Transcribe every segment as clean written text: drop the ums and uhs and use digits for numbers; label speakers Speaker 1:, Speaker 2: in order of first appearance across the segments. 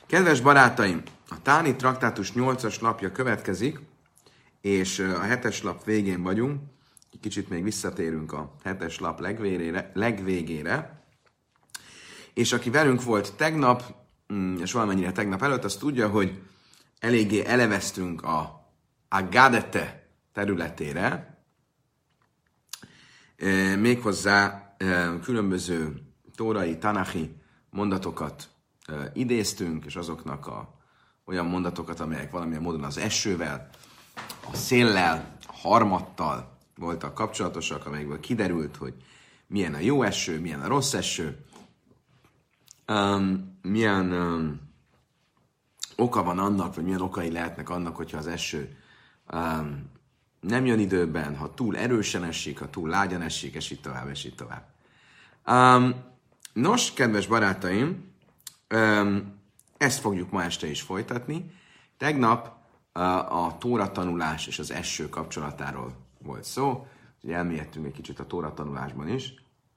Speaker 1: Kedves barátaim, a Táni traktátus 8-as lapja következik, és a 7-es lap végén vagyunk. Kicsit még visszatérünk a 7-es lap legvégére. És aki velünk volt tegnap, és valamennyire tegnap előtt, azt tudja, hogy eléggé eleveztünk a Agadete területére, méghozzá különböző tórai, tanachi mondatokat idéztünk, és azoknak olyan mondatokat, amelyek valamilyen módon az esővel, a széllel, a harmattal voltak kapcsolatosak, amelyekből kiderült, hogy milyen a jó eső, milyen a rossz eső, milyen oka van annak, vagy milyen okai lehetnek annak, hogyha az eső nem jön időben, ha túl erősen esik, ha túl lágyan esik, és így tovább, és így tovább. Nos, kedves barátaim, ezt fogjuk ma este is folytatni. Tegnap a Tóra tanulás és az eső kapcsolatáról volt szó, hogy elmélyedtünk egy kicsit a Tóra tanulásban is.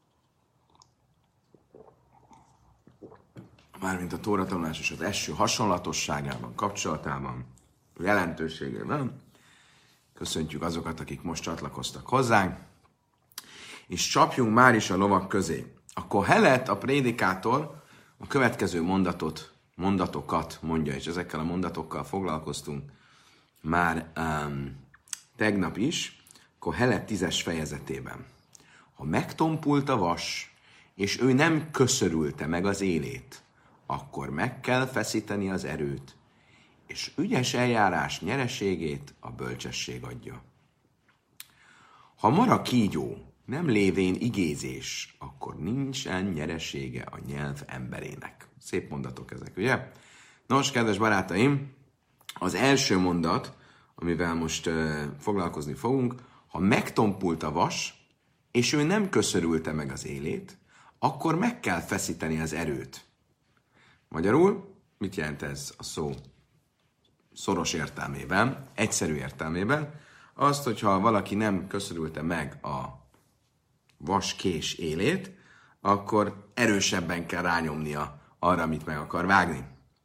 Speaker 1: Mármint a Tóra tanulás és az eső hasonlatosságában, kapcsolatában, jelentőségében. Köszöntjük azokat, akik most csatlakoztak hozzánk. És csapjunk már is a lovak közé. A Kohelet, a prédikátor a következő mondatokat mondja, és ezekkel a mondatokkal foglalkoztunk már tegnap is, Kohelet 10-es fejezetében. Ha megtompult a vas, és ő nem köszörülte meg az élét, akkor meg kell feszíteni az erőt, és ügyes eljárás nyereségét a bölcsesség adja. Ha mara kígyó, nem lévén igézés, akkor nincsen nyeresége a nyelv emberének. Szép mondatok ezek, ugye? Nos, kedves barátaim, az első mondat, amivel most foglalkozni fogunk, ha megtompult a vas, és ő nem köszörülte meg az élét, akkor meg kell feszíteni az erőt. Magyarul, mit jelent ez a szó szoros értelmében, egyszerű értelmében? Azt, hogyha valaki nem köszörülte meg a vaskés élét, akkor erősebben kell rányomnia arra, amit meg akar vágni.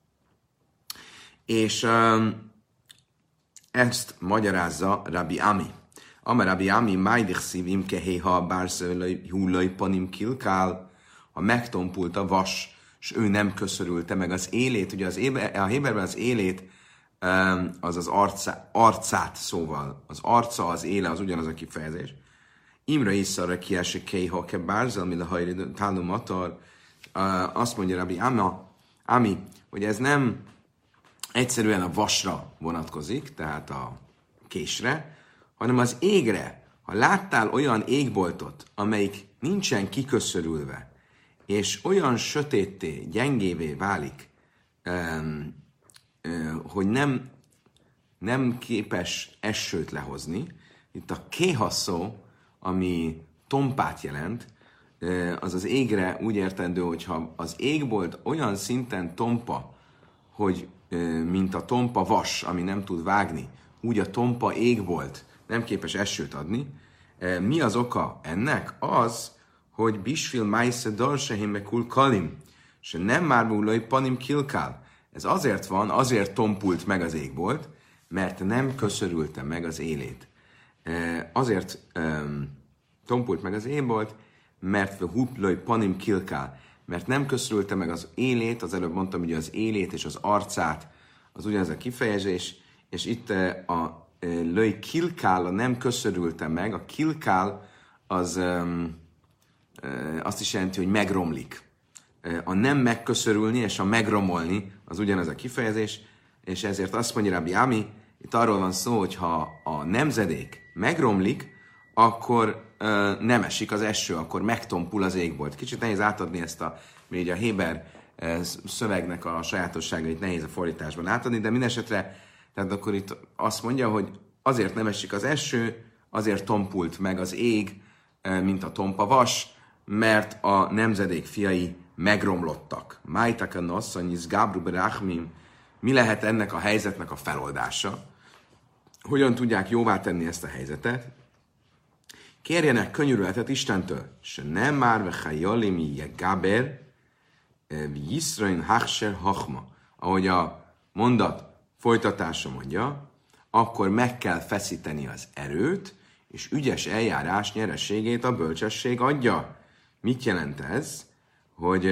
Speaker 1: És ezt magyarázza Rabbi Ami. Amar Rabbi Ami, májdich szívim kehéha bárszölöj húlöj panim kilkál, ha megtompult a vas, és ő nem köszörülte meg az élét. Ugye a héberben az élét az az arcát, szóval az arca, az éle, az ugyanaz a kifejezés. Imre iszarra kiesik kéha ke bárzel, mi a hajri tálumatar. Azt mondja Rabbi Ami, hogy ez nem egyszerűen a vasra vonatkozik, tehát a késre, hanem az égre. Ha láttál olyan égboltot, amelyik nincsen kiköszörülve, és olyan sötétté, gyengévé válik, hogy nem képes esőt lehozni. Itt a kéha szó, ami tompát jelent, az az égre úgy értendő, hogyha az égbolt olyan szinten tompa, hogy mint a tompa vas, ami nem tud vágni, úgy a tompa égbolt nem képes esőt adni. Mi az oka ennek? Az, hogy bisfil májsze darsehim kul kalim, se nem már búlai panim kilkál. Ez azért van, azért tompult meg az égbolt, mert nem köszörülte meg az élét. Azért tompult meg az égbolt, mert huplai panim kilkál, mert nem köszörülte meg az élét, az előbb mondtam, hogy az élét és az arcát, az ugyanaz a kifejezés, és itt a löj kilkála nem köszörülte meg, a kilkál az azt is jelenti, hogy megromlik. A nem megköszörülni és a megromolni az ugyanaz a kifejezés, és ezért azt mondja Rabbi Ami, itt arról van szó, hogy ha a nemzedék megromlik, akkor nem esik az eső, akkor megtompul az égbolt. Kicsit nehéz átadni ezt így a héber szövegnek a sajátosságait nehéz a fordításban átadni, de mindesetre, tehát akkor itt azt mondja, hogy azért nem esik az eső, azért tompult meg az ég, mint a tompa vas, mert a nemzedék fiai megromlottak. Májtak a nasszanyiz gábru berachmim. Mi lehet ennek a helyzetnek a feloldása? Hogyan tudják jóvá tenni ezt a helyzetet? Kérjenek könyörületet Istentől. Se nem már vechajolimi jegaber, Yisrain Hachser Hachma. ahogy a mondat folytatása mondja, akkor meg kell feszíteni az erőt, és ügyes eljárás nyereségét a bölcsesség adja. Mit jelent ez? Hogy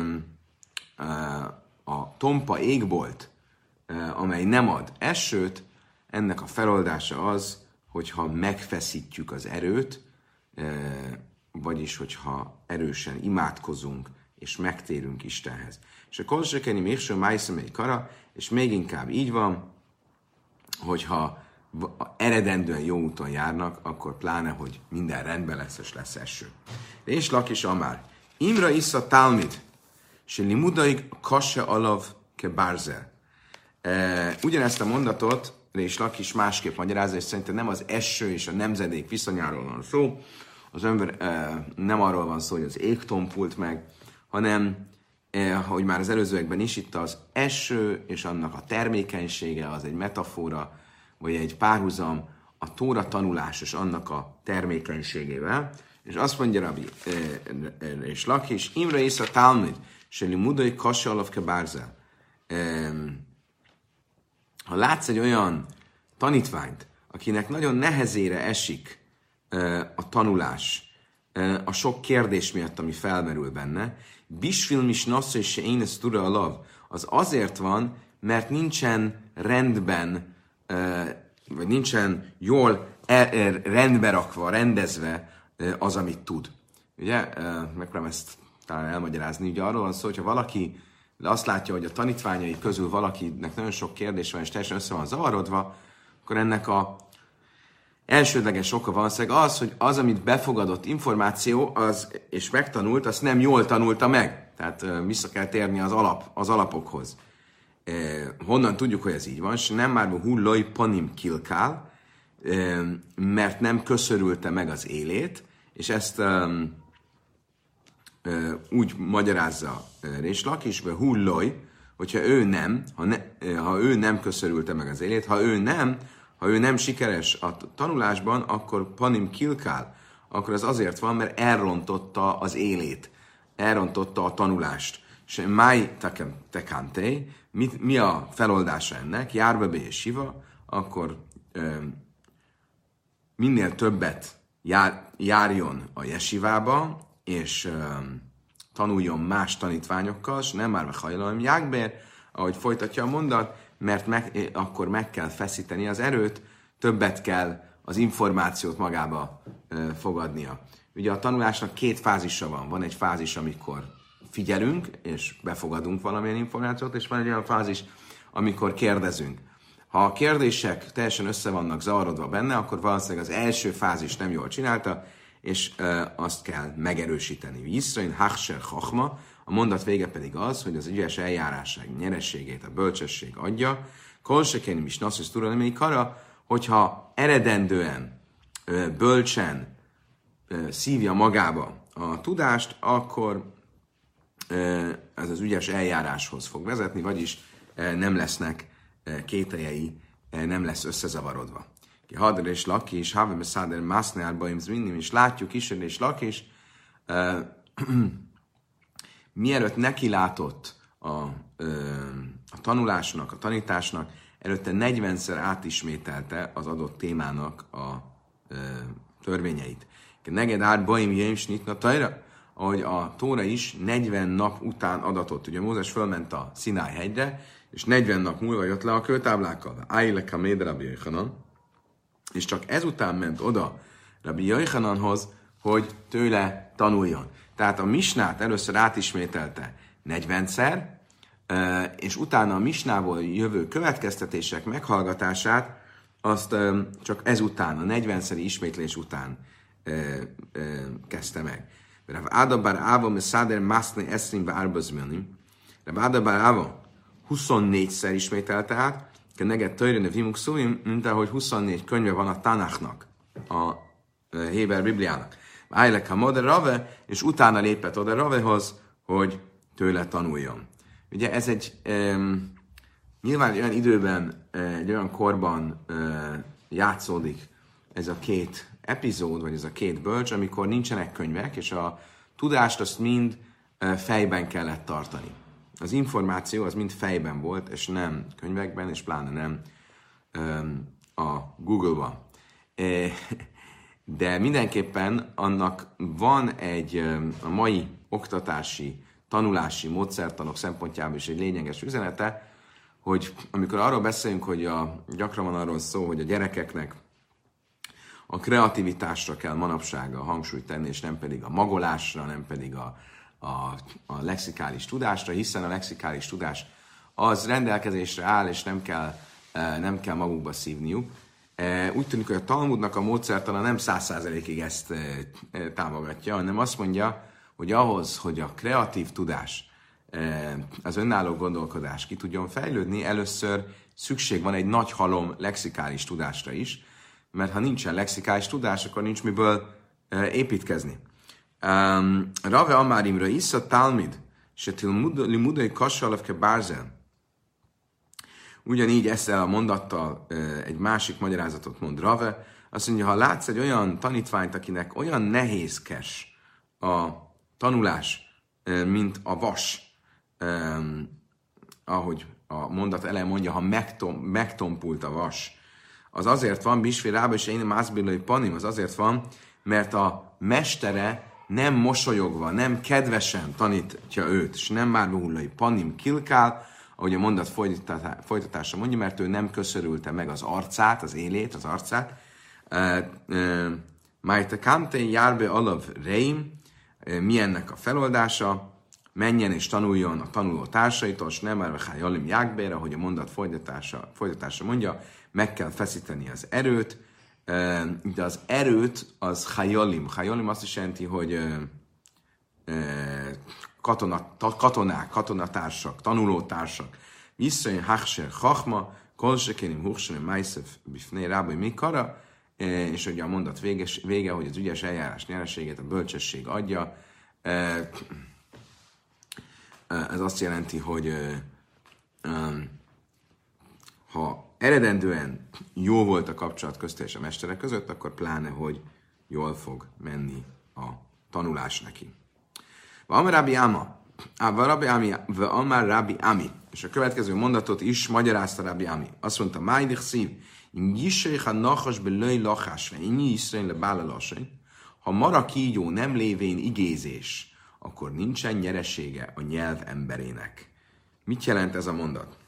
Speaker 1: a tompa égbolt, amely nem ad esőt, ennek a feloldása az, hogyha megfeszítjük az erőt, vagyis hogyha erősen imádkozunk, és megtérünk Istenhez. És a kolsekeni mégső májszemei kara, és még inkább így van, hogyha eredendően jó úton járnak, akkor pláne, hogy minden rendben lesz, és lesz eső. És Lakis Amár. Imra issza Talmid, se limudaik kase alav ke bárzel. Ugyanezt a mondatot és Lakis másképp magyarázza, és szerintem nem az eső és a nemzedék viszonyáról van szó, az ember nem arról van szó, hogy az ég tompult meg, hanem, ahogy már az előzőekben is, itt az eső és annak a termékenysége az egy metafora, vagy egy párhuzam a Tóra tanulás és annak a termékenységével. És azt mondja Rabbi és Lakis, Imre Isza Talmid, se limudai kase alavke bárzel. Ha látsz egy olyan tanítványt, akinek nagyon nehezére esik a tanulás, a sok kérdés miatt, ami felmerül benne, bisfilm is nassza és se én ezt tura alav, az azért van, mert nincsen rendben, vagy nincsen jól rendbe rakva, rendezve az, amit tud. Ugye, megpróbálom ezt talán elmagyarázni, ugye arról van szó, hogyha valaki azt látja, hogy a tanítványai közül valakinek nagyon sok kérdés van, és teljesen össze van zavarodva, akkor ennek a elsődleges oka valószínűleg az, hogy az, amit befogadott információ, az, és megtanult, azt nem jól tanulta meg. Tehát vissza kell térni az alapokhoz. Honnan tudjuk, hogy ez így van? És nem már hulloj panim kilkál, mert nem köszörülte meg az élét, és ezt úgy magyarázza Résh Lakisbe, hulloj, hogyha ő nem, ha ő nem köszörülte meg az élét, ha ő nem sikeres a tanulásban, akkor panim kilkál, akkor az azért van, mert elrontotta az élét, elrontotta a tanulást. És máj tekantei, mi a feloldása ennek? Járbe be és siva, akkor minél többet járjon a jesivába, és tanuljon más tanítványokkal, és nem már hajlalom jákbér, ahogy folytatja a mondat, mert akkor meg kell feszíteni az erőt, többet kell az információt magába fogadnia. Ugye a tanulásnak két fázisa van. Van egy fázis, amikor figyelünk, és befogadunk valamilyen információt, és van egy olyan fázis, amikor kérdezünk. Ha a kérdések teljesen össze vannak zavarodva benne, akkor valószínűleg az első fázis nem jól csinálta, és azt kell megerősíteni. Visszain hachser chachma, a mondat vége pedig az, hogy az ügyes eljárásság nyerességét a bölcsesség adja, kolsekenim is nasszus turanimei kara, hogyha eredendően, bölcsen szívja magába a tudást, akkor ez az ügyes eljáráshoz fog vezetni, vagyis nem lesznek kételjei, nem lesz összezavarodva. Hadr és Lakis, Havem Száder, Masznárbaim, Zminnim, és látjuk is, és Lakis, mielőtt neki látott a tanulásnak, a tanításnak, előtte 40-szer átismételte az adott témának a törvényeit. Neged árbaim jöjjön nyitna tajra, ahogy a Tóra is 40 nap után adatott. Ugye Mózes fölment a Szináj hegyre, és 40 nap múlva jött le a kőtáblákkal. Ájlek a méd Rabbi Yochanan, és csak ezután ment oda Rabbi Yochananhoz, hogy tőle tanuljon. Tehát a misnát először átismételte 40-szer, és utána a misnából jövő következtetések meghallgatását azt csak ezután, a 40-szeri ismétlés után kezdte meg. Rav Ada bar Ava meszáder mászni eszrimbe árbazmilnim. Rav Ada bar Ava 24-szer ismételte át, neged törjön a vimuk szóim, mint ahogy 24 könyve van a Tanachnak, a Héber Bibliának. Ájlek a Moder Rave, és utána lépett oda Ravehoz, hogy tőle tanuljon. Ugye ez egy nyilván egy olyan időben, egy olyan korban játszódik ez a két epizód, vagy ez a két bölcs, amikor nincsenek könyvek, és a tudást azt mind fejben kellett tartani. az információ az mind fejben volt, és nem könyvekben, és pláne nem a Google-ban. De mindenképpen annak van a mai oktatási, tanulási módszertanok szempontjából is egy lényeges üzenete, hogy amikor arról beszélünk, hogy gyakran van arról szó, hogy a gyerekeknek a kreativitásra kell manapság a hangsúlyt tenni, és nem pedig a magolásra, nem pedig a lexikális tudásra, hiszen a lexikális tudás az rendelkezésre áll, és nem kell magukba szívniuk. Úgy tűnik, hogy a Talmudnak a módszertana nem 100%-ig ezt támogatja, hanem azt mondja, hogy ahhoz, hogy a kreatív tudás, az önálló gondolkodás ki tudjon fejlődni, először szükség van egy nagy halom lexikális tudásra is, mert ha nincsen lexikális tudás, akkor nincs miből építkezni. Rave Amár Imre Issa Talmid, se limudai kassalevke bárzel. Ugyanígy ezzel a mondattal egy másik magyarázatot mond Rave. Azt mondja, ha látsz egy olyan tanítványt, akinek olyan nehézkes a tanulás, mint a vas, ahogy a mondat elején mondja, ha megtompult a vas, az azért van, Bisfél Rába és én Mászbillai Panim, az azért van, mert a mestere nem mosolyogva, nem kedvesen tanítja őt, és nem már behullai Panim kilkál, ahogy a mondat folytatása mondja, mert ő nem köszörülte meg az arcát, az élét, az arcát. Májte Kamte járbe alav reim, mi ennek a feloldása? Menjen és tanuljon a tanuló társaitól, és nem már Jalim Jákbér, ahogy a mondat folytatása mondja, meg kell feszíteni az erőt, de az erőt az Hajalim. Hajalim azt is jelenti, hogy katonák, katonatársak, tanulótársak. Visszajön Hachser Chachma, Kolsekenim Huchsenem Májszef Bifné Rábai Mikara, és ugye a mondat vége, hogy az ügyes eljárás nyereségét a bölcsesség adja. Ez azt jelenti, hogy ha eredendően jó volt a kapcsolat közte és a mesterek között, akkor pláne, hogy jól fog menni a tanulás neki. Amar Rabbi Ami. És a következő mondatot is magyarázta Rabbi Ami. Azt mondta, Májdich szív, ha mara kígyó nem lévén igézés, akkor nincsen nyeresége a nyelv emberének. Mit jelent ez a mondat?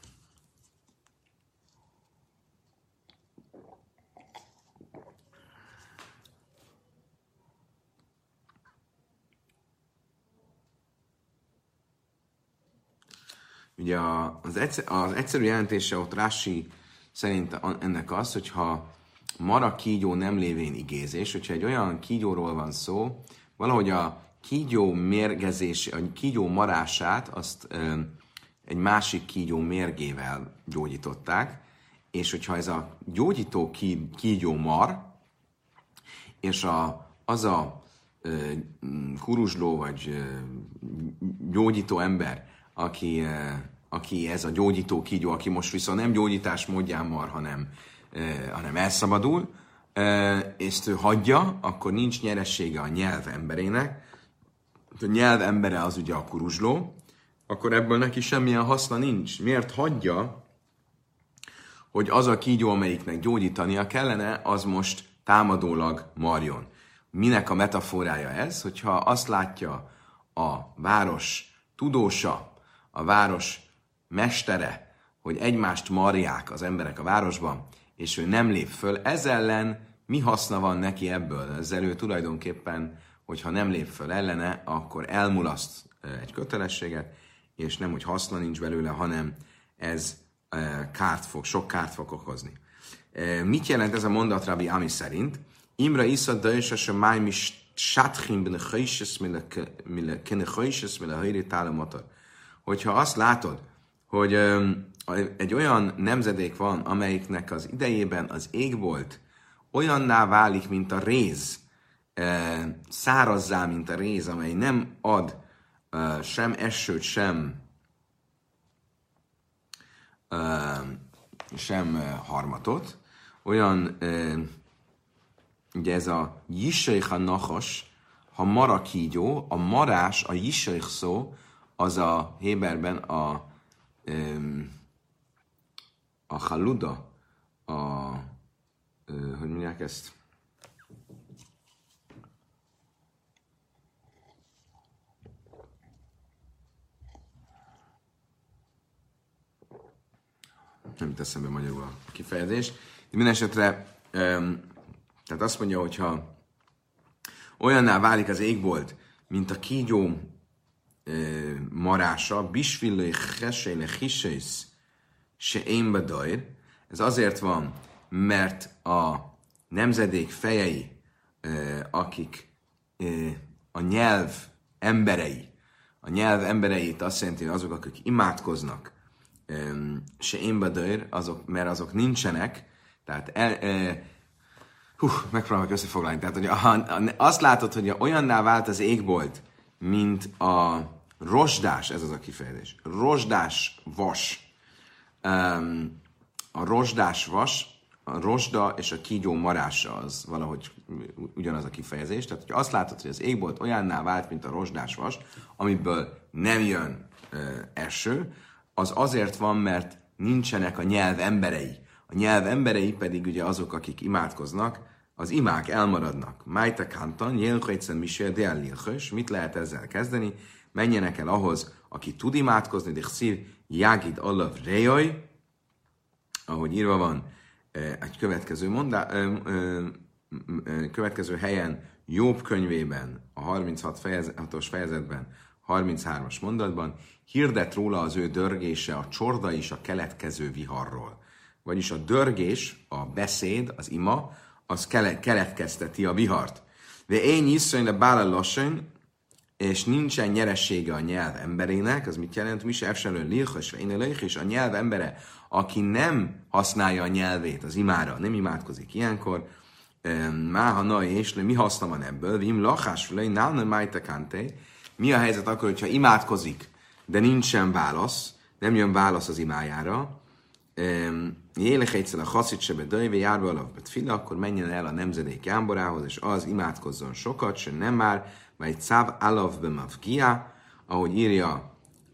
Speaker 1: Ugye az egyszerű jelentése ott Rási szerint ennek az, hogyha mara kígyó nem lévén igézés, hogyha egy olyan kígyóról van szó, valahogy a kígyó mérgezés, a kígyó marását azt egy másik kígyó mérgével gyógyították, és hogyha ez a gyógyító kígyó mar, és az a kuruzsló vagy gyógyító ember, aki ez a gyógyító kígyó, aki most viszont nem gyógyítás módján mar, hanem elszabadul, és ő hagyja, akkor nincs nyeressége a nyelv emberének. A nyelv embere az ugye a kuruzsló, akkor ebből neki semmilyen haszna nincs. Miért hagyja, hogy az a kígyó, amelyiknek gyógyítania kellene, az most támadólag marjon. Minek a metaforája ez? Hogyha azt látja a város tudósa, a város mestere, hogy egymást marják az emberek a városban, és ő nem lép föl, ez ellen mi haszna van neki ebből? Ezzel ő tulajdonképpen, hogyha nem lép föl ellene, akkor elmulaszt egy kötelességet, és nem, hogy haszna nincs belőle, hanem ez sok kárt fog okozni. Mit jelent ez a mondat Rabbi Ami szerint? Imra isza dajsasa máj mi sátchim bine chajses mile kene chajses mile hajri tálamotor. Hogyha azt látod, hogy egy olyan nemzedék van, amelyiknek az idejében az égbolt olyanná válik, mint a réz, szárazzá, mint a réz, amely nem ad sem esőt, sem harmatot, olyan, ugye ez a jisseich a nachos, ha mara kígyó, a marás, a jisseich szó, az a Héberben a haluda, hogy mondják ezt? Nem teszem be magyarul a kifejezést. Minden esetre, tehát azt mondja, hogyha olyanná válik az égbolt, mint a kígyó marása, bisvillai hesejle hisész se én bedajr. Ez azért van, mert a nemzedék fejei, akik a nyelv embereit azt jelenti, hogy azok, akik imádkoznak, se én bedajr, mert azok nincsenek, tehát megpróbálok összefoglalni. Tehát, hogy azt látod, hogy olyanná vált az égbolt, mint a rozsdás, ez az a kifejezés, rozsdás vas. A rozsdás vas, a rozsda és a kígyó marása az valahogy ugyanaz a kifejezés. Tehát, hogy azt látod, hogy az égbolt olyanná vált, mint a rozsdás vas, amiből nem jön eső, az azért van, mert nincsenek a nyelv emberei. A nyelv emberei pedig ugye azok, akik imádkoznak, az imák elmaradnak. Májta kantan, jélhajtszan misél dél-lilhös. Mit lehet ezzel kezdeni? Menjenek el ahhoz, aki tud imádkozni, de szív jágid alav rejaj, ahogy írva van egy következő helyen, Jobb könyvében, a 36-os fejezetben, 33-as mondatban, hirdet róla az ő dörgése, a csorda és a keletkező viharról. Vagyis a dörgés, a beszéd, az ima, az keletkezteti a vihart. De én iszony le bála lassan, és nincsen nyeressége a nyelv emberének, az mit jelent? Mi se efselő lilchos, és a nyelv embere, aki nem használja a nyelvét az imára, nem imádkozik ilyenkor, máha na és mi haszna van ebből, vim lachás lej, nálna májtekánté. Mi a helyzet akkor, hogyha imádkozik, de nincsen válasz, nem jön válasz az imájára, Jélek egyszer a haszit sebe döjve járva alapvet fila, akkor menjen el a nemzedék jámborához, és az imádkozzon sokat, se nem már, vagy száv alavbe mavgia, ahogy írja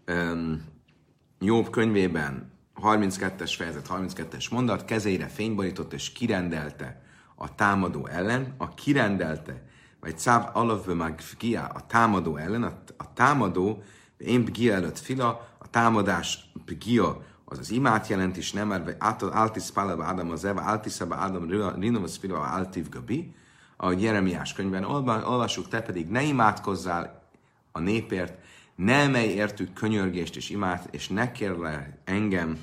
Speaker 1: Jobb könyvében 32-es fejezet, 32-es mondat, kezére fényt és kirendelte a támadó ellen, a kirendelte, vagy száv alavbe mavgia, a támadó ellen, a támadó, én pgia előtt fila, a támadás pgia, az az imát jelent is, nem már altis pálaba Ádám az Eva, altiszaba Ádám rinovas fila, altív gabi, ahogy Jeremiás könyvben olvassuk, te pedig ne imádkozzál a népért, ne emelj értük könyörgést és imát, és ne kérlelj engem,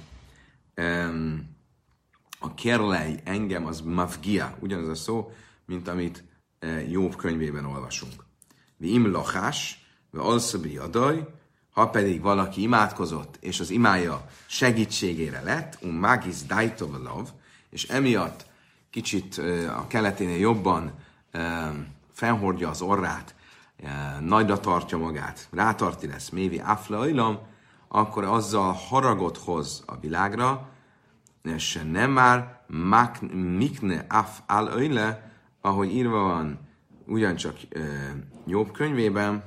Speaker 1: a kérlelj engem az mavgia, ugyanaz a szó, mint amit Jobb könyvében olvasunk. Vi im lachás, ve alszabi adaj, ha pedig valaki imádkozott, és az imája segítségére lett, magis dajtovalav, és emiatt kicsit a keleténél jobban fennhordja az orrát, nagyra tartja magát, rátarti lesz mévi aflaajlam, akkor azzal haragot hoz a világra, és nem már mikne af al ahogy írva van ugyancsak Jobb könyvében,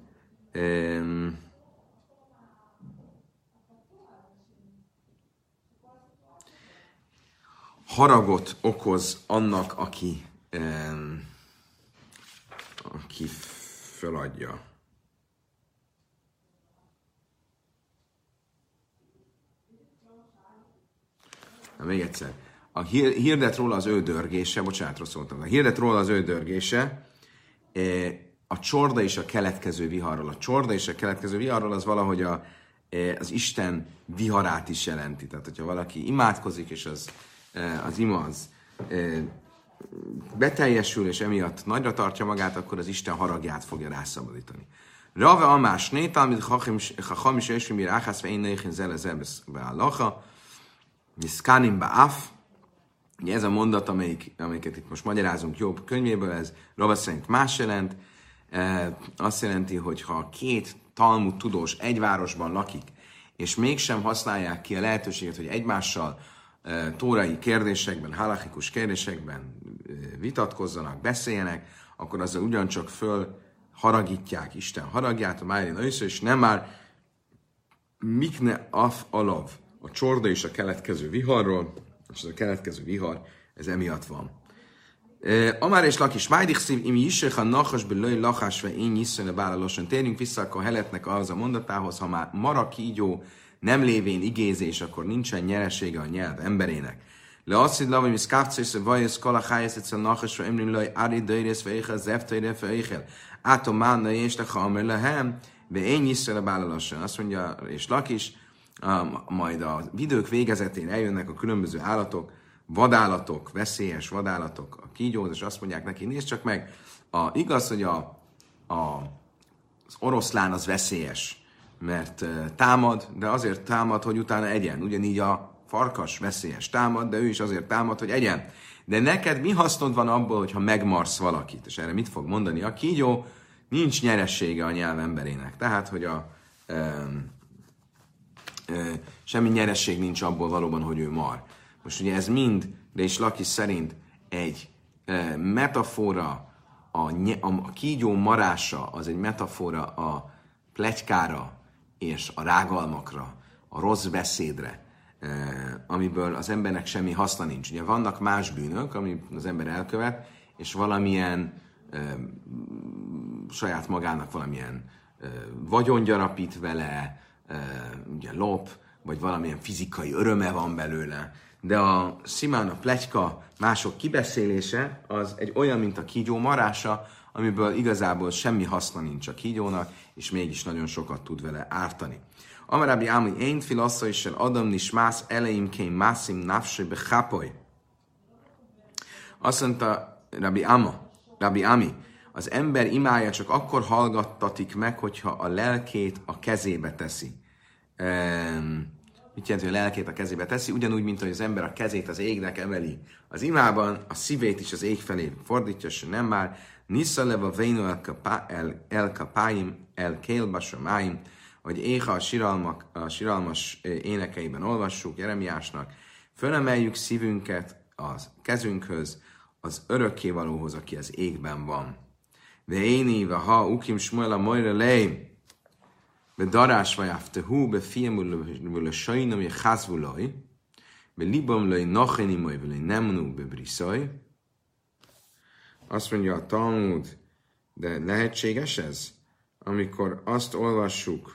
Speaker 1: haragot okoz annak, aki feladja. Na, még egyszer. A hirdet róla az ő dörgése, bocsánat, rosszul mondtam, a hirdet róla az ő dörgése, a csorda és a keletkező viharról. A csorda és a keletkező viharról az valahogy az Isten viharát is jelenti. Tehát, hogyha valaki imádkozik, és az ima az beteljesül, és emiatt nagyra tartja magát, akkor az Isten haragját fogja rászabadítani. Rave amás nétalmid chacham is esvi mir áhász, ve én neichin zele zebesz beállacha, miszkánim beáf. Ugye ez a mondat, amelyiket itt most magyarázunk Jobb könyvéből, ez Rave szerint más jelent. Azt jelenti, hogy ha két Talmud tudós egy városban lakik, és mégsem használják ki a lehetőséget, hogy egymással tórai kérdésekben, halachikus kérdésekben vitatkozzanak, beszéljenek, akkor azzal ugyancsak fölharagítják Isten haragját, a Májrin Őször, és nem már Mikne af alav, a csorda és a keletkező viharról, és a keletkező vihar, ez emiatt van. Amár és lakis, májdik szív, imi isek a nachas belőj lakásve én nyisszön bálalosan. Térjünk vissza akkor Heletnek az a mondatához, ha már mara kígyó, nem lévén igézés, akkor nincsen nyeresége a nyelv emberének. Le asszid lav, hogy szkávcész, vajössz, kalahájesz, egyszer nachasra, emlin laj, ári döjrész, fejéhel, zeftöjre, fejéhel. Átom mánna, és te hamer lehem, de én nyisszön bálalosan. Azt mondja, és lakis, majd a videók végezetén eljönnek a különböző állatok, vadállatok, veszélyes vadállatok a kígyóhoz, és azt mondják neki, nézd csak meg, igaz, hogy az oroszlán az veszélyes, mert támad, de azért támad, hogy utána egyen. Ugyanígy a farkas veszélyes támad, de ő is azért támad, hogy egyen. De neked mi hasznod van abból, hogyha megmarsz valakit? És erre mit fog mondani a kígyó? Nincs nyeressége a nyelv emberének. Tehát, hogy semmi nyeresség nincs abból valóban, hogy ő mar. Most ugye ez mind, de is Lakis szerint egy metafora, a kígyó marása az egy metafora a pletykára és a rágalmakra, a rossz beszédre, amiből az embernek semmi haszna nincs. Ugye vannak más bűnök, amit az ember elkövet, és valamilyen saját magának valamilyen vagyon gyarapít vele, ugye lop, vagy valamilyen fizikai öröme van belőle, de a szimán, a pletyka, mások kibeszélése az egy olyan, mint a kígyó marása, amiből igazából semmi haszna nincs a kígyónak, és mégis nagyon sokat tud vele ártani. Amarábi ámi én filassza is el adam nismász eleim kém mászim nafsé bechapoly. Azt mondta Rabbi Ami, az ember imája csak akkor hallgattatik meg, hogyha a lelkét a kezébe teszi. Mit jelenti, hogy a lelkét a kezébe teszi? Ugyanúgy, mint hogy az ember a kezét az égnek emeli. Az imában a szívét is az ég felé fordítja, se nem már. Nisza leva vénu el kapáim, el kélbasamáim, hogy éha a siralmas énekeiben olvassuk Jeremiásnak. Fölemeljük szívünket az kezünkhöz, az örökkévalóhoz, aki az égben van. Véni, ha ukim smuel a mojra leim, darás vajaftehu, befiamul a sajnom, je házvulaj, be libam laj nachenimaj, vele nemnu bebriszaj. Azt mondja a Talmud, de lehetséges ez, amikor azt olvassuk,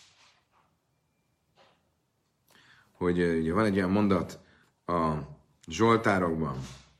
Speaker 1: hogy ugye van egy olyan mondat a Zsoltárokban,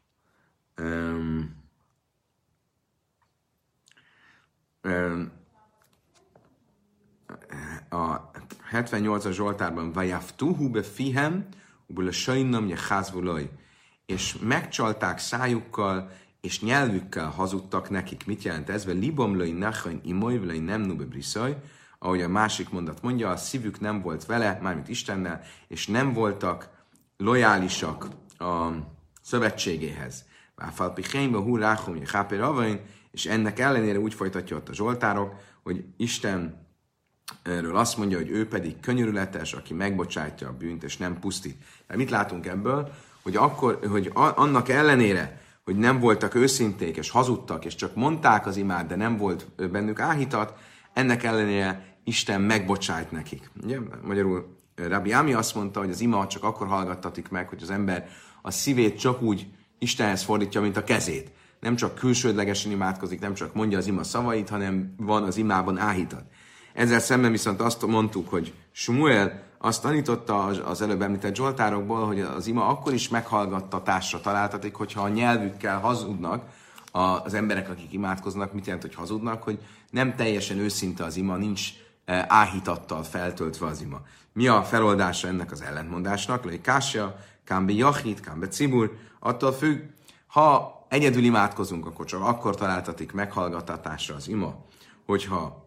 Speaker 1: a 78-as Zsoltárban vajaftuhu befihem, ubul a sajnom je házvulaj, és megcsalták szájukkal, és nyelvükkel hazudtak nekik. Mit jelent ez? Libomlai nachain imolyvlai nem nube briszaj, ahogy a másik mondat mondja, a szívük nem volt vele, mármint Istennel, és nem voltak lojálisak a szövetségéhez. Váfalpichénybe hú ráhom, hápér avain, és ennek ellenére úgy folytatja ott a Zsoltárok, hogy Isten erről azt mondja, hogy ő pedig könyörületes, aki megbocsátja a bűnt, és nem pusztít. De mit látunk ebből? Hogy annak ellenére, hogy nem voltak őszinték, és hazudtak, és csak mondták az imát, de nem volt bennük áhítat, ennek ellenére Isten megbocsájt nekik. Ugye? Magyarul Rabbi Ami azt mondta, hogy az ima csak akkor hallgattatik meg, hogy az ember a szívét csak úgy Istenhez fordítja, mint a kezét. Nem csak külsődlegesen imádkozik, nem csak mondja az ima szavait, hanem van az imában áhítat. Ezzel szemben viszont azt mondtuk, hogy Smuel azt tanította az előbb említett Zsoltárokból, hogy az ima akkor is meghallgattatásra találtatik, hogyha a nyelvükkel hazudnak az emberek, akik imádkoznak. Mit jelent, hogy hazudnak? Hogy nem teljesen őszinte az ima, nincs áhítattal feltöltve az ima. Mi a feloldása ennek az ellentmondásnak? Lőj kásja, kámbe jachit, kámbe cibur, attól függ, ha egyedül imádkozunk, akkor csak akkor találtatik meghallgattatásra az ima, hogyha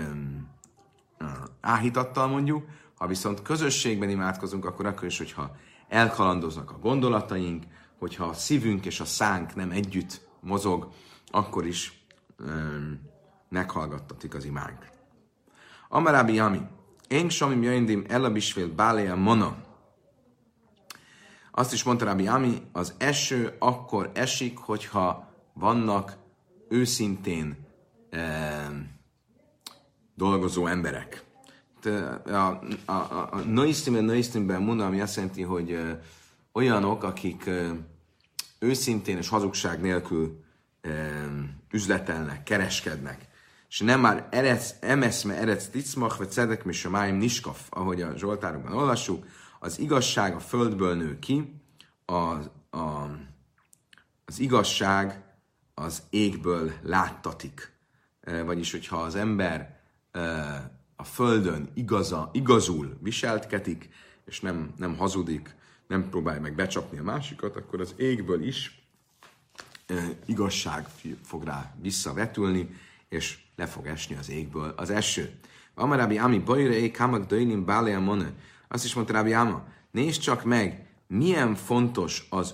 Speaker 1: áhítattal mondjuk, ha viszont közösségben imádkozunk, akkor is, hogyha elkalandoznak a gondolataink, hogyha a szívünk és a szánk nem együtt mozog, akkor is meghallgattatik az imánk. Amarábi Ami, én samim jöjjöndim elabisvél bálea mona. Azt is mondta Rabbi Ami, az eső akkor esik, hogyha vannak őszintén dolgozó emberek. a noisztimben muna, ami azt jelenti, hogy olyanok, akik őszintén és hazugság nélkül üzletelnek, kereskednek, és nem már emeszme erec ticmach, vagy cedek mi semáim niskaf, ahogy a Zsoltárokban olvassuk, az igazság a földből nő ki, az igazság az égből láttatik. Vagyis, hogyha az ember a földön igazul viseltkedik, és nem hazudik, nem próbálja meg becsapni a másikat, akkor az égből is igazság fog rá visszavetülni, és le fog esni az égből az eső. Amarábi Ami bajrei kamak döjlim bálea mone. Azt is mondta Rábi Áma, nézd csak meg, milyen fontos az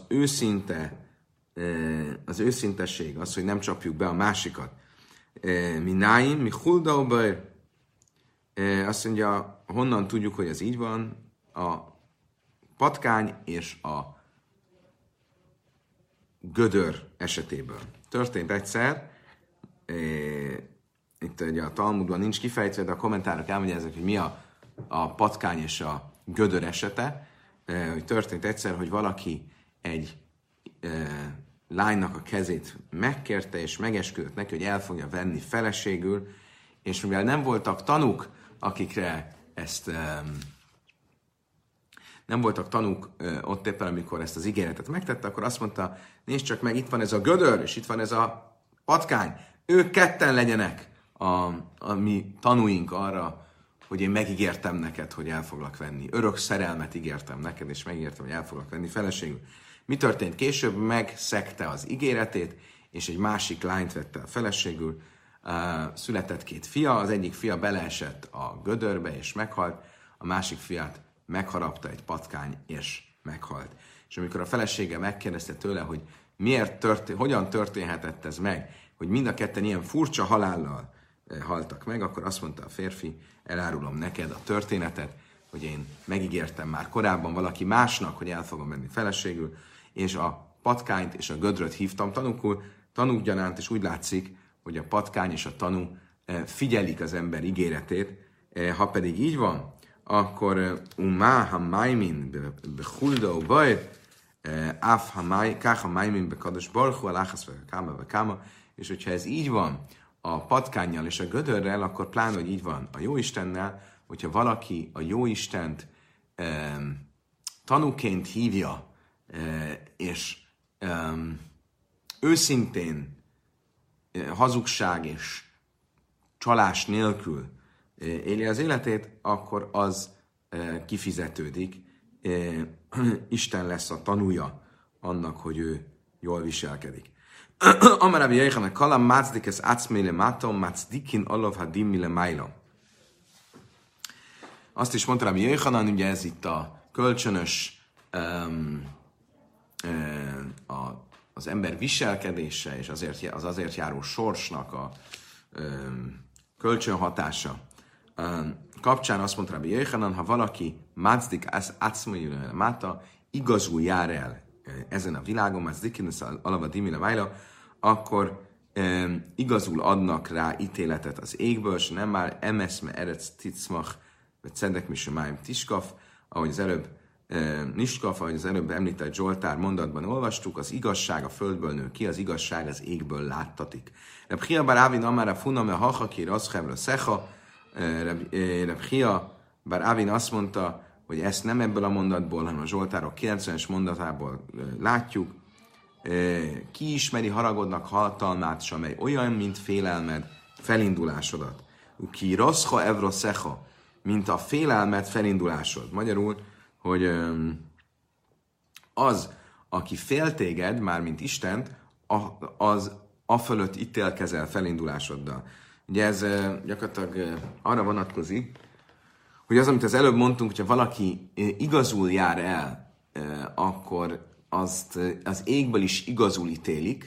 Speaker 1: őszintesség, az, hogy nem csapjuk be a másikat. Mináim, mi huldaubar. Azt mondja, honnan tudjuk, hogy ez így van? A patkány és a gödör esetéből. Történt egyszer, itt ugye a Talmudban nincs kifejtve, de a kommentárok elmagyarázzák, hogy mi a patkány és a gödör esete, hogy történt egyszer, hogy valaki egy lánynak a kezét megkérte, és megesküdött neki, hogy el fogja venni feleségül, és mivel nem voltak tanúk, akikre ezt nem voltak tanúk ott éppen, amikor ezt az ígéretet megtette, akkor azt mondta, nézd csak meg, itt van ez a gödör, és itt van ez a patkány, ők ketten legyenek a mi tanúink arra, hogy én megígértem neked, hogy el foglak venni. Örök szerelmet ígértem neked, és megígértem, hogy el foglak venni feleségül. Mi történt később? Megszegte az ígéretét, és egy másik lányt vette a feleségül. Született két fia, az egyik fia beleesett a gödörbe, és meghalt, a másik fiát megharapta egy patkány, és meghalt. És amikor a felesége megkérdezte tőle, hogy hogyan történhetett ez meg, hogy mind a ketten ilyen furcsa halállal haltak meg, akkor azt mondta a férfi, elárulom neked a történetet, hogy én megígértem már korábban valaki másnak, hogy el fogom menni feleségül, és a patkányt és a gödröt hívtam tanúk gyanánt, és úgy látszik, hogy a patkány és a tanú figyelik az ember ígéretét. Ha pedig így van, akkor umá ha májmin behuldó baj, áf ha májmin bekados barchu, aláhasz ve káma, és hogyha ez így van a patkánnyal és a gödörrel, akkor pláne, hogy így van a Jóistennel, hogyha valaki a Jóistent tanúként hívja, és őszintén hazugság és csalás nélkül éli az életét, akkor az kifizetődik. Isten lesz a tanúja annak, hogy ő jól viselkedik. Amarabi Jaichanak kala mácdik ez átszméle mátom, mácdikin alav hadim mile májla. Azt is mondta Rabbi Jaichanan, ugye ez itt a kölcsönös az ember viselkedése és az azért járó sorsnak a kölcsönhatása kapcsán azt mondta Rabbi Jaichanan, ha valaki mácdik átszméle máta, igazul jár el ezen a világon, mácdikin alav hadim mile májla, akkor igazul adnak rá ítéletet az égből, és nem már emeszme erec ticmach, vagy cedek mi semáim tiskaf, ahogy az előbb niskaf, ahogy az előbb említett Zsoltár mondatban olvastuk, az igazság a földből nő ki, az igazság az égből láttatik. Reb Chia bar Avin amára funame hachakir aszchevra szecha, Reb Chia bar Avin azt mondta, hogy ezt nem ebből a mondatból, hanem a Zsoltárok 90-es mondatából látjuk. Ki ismeri haragodnak hatalmát, s amely olyan, mint félelmed, felindulásodat. Ki rossza evro szecha, mint a félelmed felindulásod. Magyarul, hogy az, aki fél téged, mármint Istent, az afölött ítélkezel felindulásoddal. Ugye ez gyakorlatilag arra vonatkozik, hogy az, amit az előbb mondtunk, hogyha valaki igazul jár el, akkor azt az égből is igazul ítélik.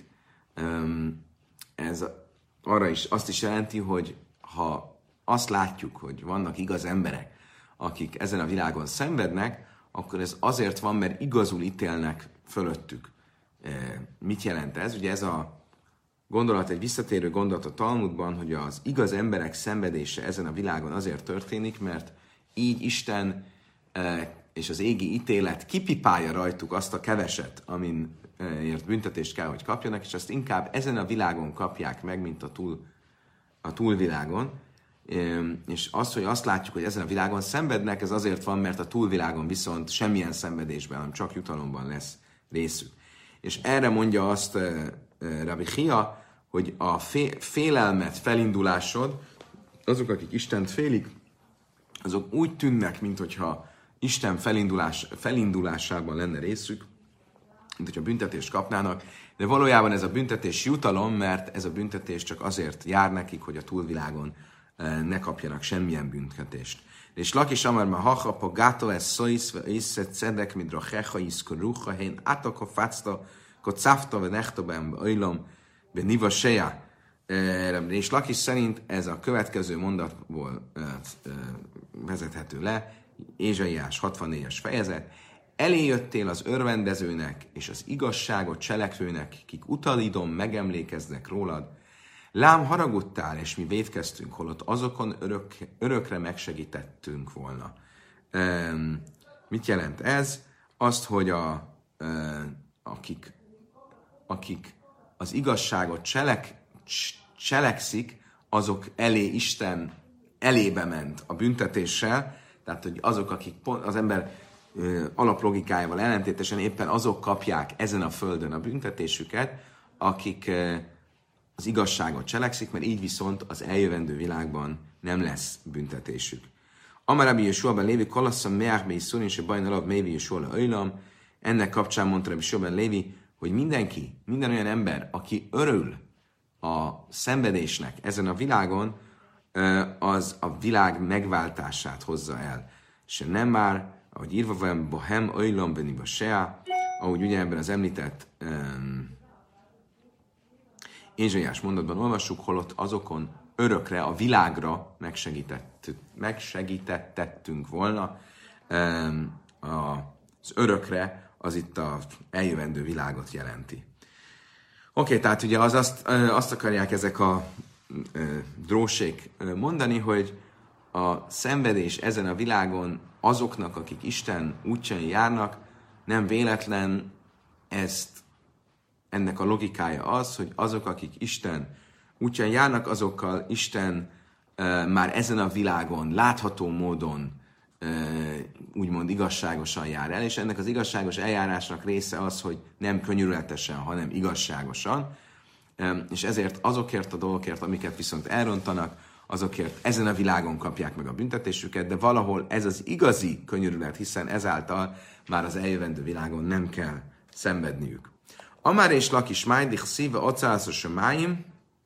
Speaker 1: Ez arra is azt is jelenti, hogy ha azt látjuk, hogy vannak igaz emberek, akik ezen a világon szenvednek, akkor ez azért van, mert igazul ítélnek fölöttük. Mit jelent ez? Ugye ez a gondolat, egy visszatérő gondolat a Talmudban, hogy az igaz emberek szenvedése ezen a világon azért történik, mert így Isten és az égi ítélet kipipálja rajtuk azt a keveset, aminért büntetést kell, hogy kapjanak, és azt inkább ezen a világon kapják meg, mint a túlvilágon. És az, hogy azt látjuk, hogy ezen a világon szenvednek, ez azért van, mert a túlvilágon viszont semmilyen szenvedésben, hanem csak jutalomban lesz részük. És erre mondja azt Rabbi Chia, hogy a félelmet, felindulásod, azok, akik Istent félik, azok úgy tűnnek, mintha Isten felindulásában lenne részük, mint hogyha büntetést kapnának, de valójában ez a büntetés jutalom, mert ez a büntetés csak azért jár nekik, hogy a túlvilágon ne kapjanak semmilyen büntetést. És Lakis Amar ma hachapa gato es szóisz, ve isze cedek midra hecha iszkorucha, hén ataka facta, kocafta, ve nechtabem, be öjlom, be niva seja. És Lakis szerint ez a következő mondatból vezethető le, Ézsaiás 64-es fejezet. Eléjöttél az örvendezőnek és az igazságot cselekvőnek, kik utalidon megemlékeznek rólad. Lám haragudtál, és mi vétkeztünk, holott azokon örökre megsegítettünk volna. Mit jelent ez? Azt, hogy akik az igazságot cselekszik, azok elé Isten elébe ment a büntetéssel, tehát hogy azok, akik az ember alaplogikájával ellentétesen éppen azok kapják ezen a földön a büntetésüket, akik az igazságot cselekszik, mert így viszont az eljövendő világban nem lesz büntetésük. Amar Rabbi Yeshua ben Lévi, kolasszam meach be szurin, se bajn alap mévi Yeshua öjlam. Ennek kapcsán mondta Rabbi Yeshua ben Lévi, hogy minden olyan ember, aki örül a szenvedésnek ezen a világon, az a világ megváltását hozza el. És nem már, ahogy írva van, bohem öjlam beniba sea, ahogy ugye ebben az említett Ézsaiás mondatban olvassuk, holott azokon örökre, a világra megsegítettünk volna. Az örökre az itt az eljövendő világot jelenti. Oké, tehát ugye azt akarják ezek a drósék mondani, hogy a szenvedés ezen a világon azoknak, akik Isten útján járnak, nem véletlen ennek a logikája az, hogy azok, akik Isten útján járnak, azokkal Isten már ezen a világon látható módon úgymond igazságosan jár el, és ennek az igazságos eljárásnak része az, hogy nem könyörületesen, hanem igazságosan, és ezért azokért a dolgokért, amiket viszont elrontanak, azokért ezen a világon kapják meg a büntetésüket, de valahol ez az igazi könyörület, hiszen ezáltal már az eljövendő világon nem kell szenvedniük. Amár és Lakis májdik szíve ocászos a máim.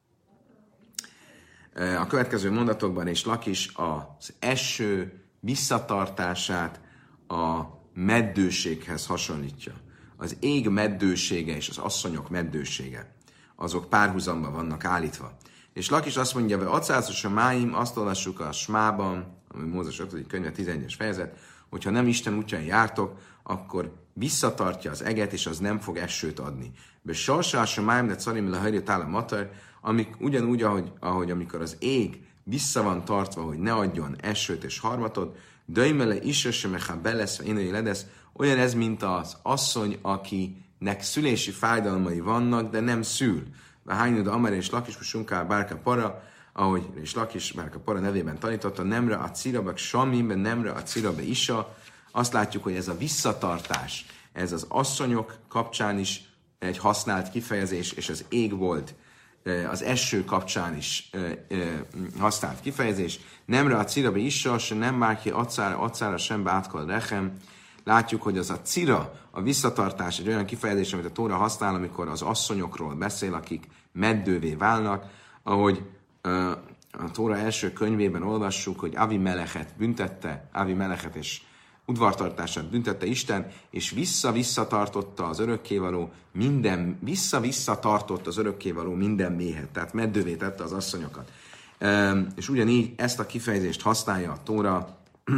Speaker 1: A következő mondatokban és Lakis az eső visszatartását a meddőséghez hasonlítja. Az ég meddősége és az asszonyok meddősége, azok párhuzamban vannak állítva. És Lakis azt mondja, hogy acászos a máim, azt olvassuk a Smában, ami Mózes 5. könyve 11-es fejezet, hogyha nem Isten útján jártok, akkor visszatartja az eget, és az nem fog esőt adni. Be sarsás a máim, de carim le hajrét áll a matar, amik ugyanúgy, ahogy amikor az ég vissza van tartva, hogy ne adjon esőt és harmatot, döjmele isra se mecha belesz, én ledesz, olyan ez, mint az asszony, akinek szülési fájdalmai vannak, de nem szül. Hányod Amar és Lakis Musunká Bárka Para, ahogy és Lakis Bárka Para nevében tanította, nemre a cirabek samimben, nemre a cirabe isa. Azt látjuk, hogy ez a visszatartás, ez az asszonyok kapcsán is egy használt kifejezés, és az ég volt az eső kapcsán is használt kifejezés. Nemre a cirabe isa, se nem már ki acára sem bátkal rechem. Látjuk, hogy az a cira, a visszatartás egy olyan kifejezés, amit a Tóra használ, amikor az asszonyokról beszél, akik meddővé válnak, ahogy a Tóra első könyvében olvassuk, hogy Avi Melechet és udvartartását büntette Isten, és vissza-visszatartotta az örökkévaló minden méhet, tehát meddővé tette az asszonyokat. És ugyanígy ezt a kifejezést használja a Tóra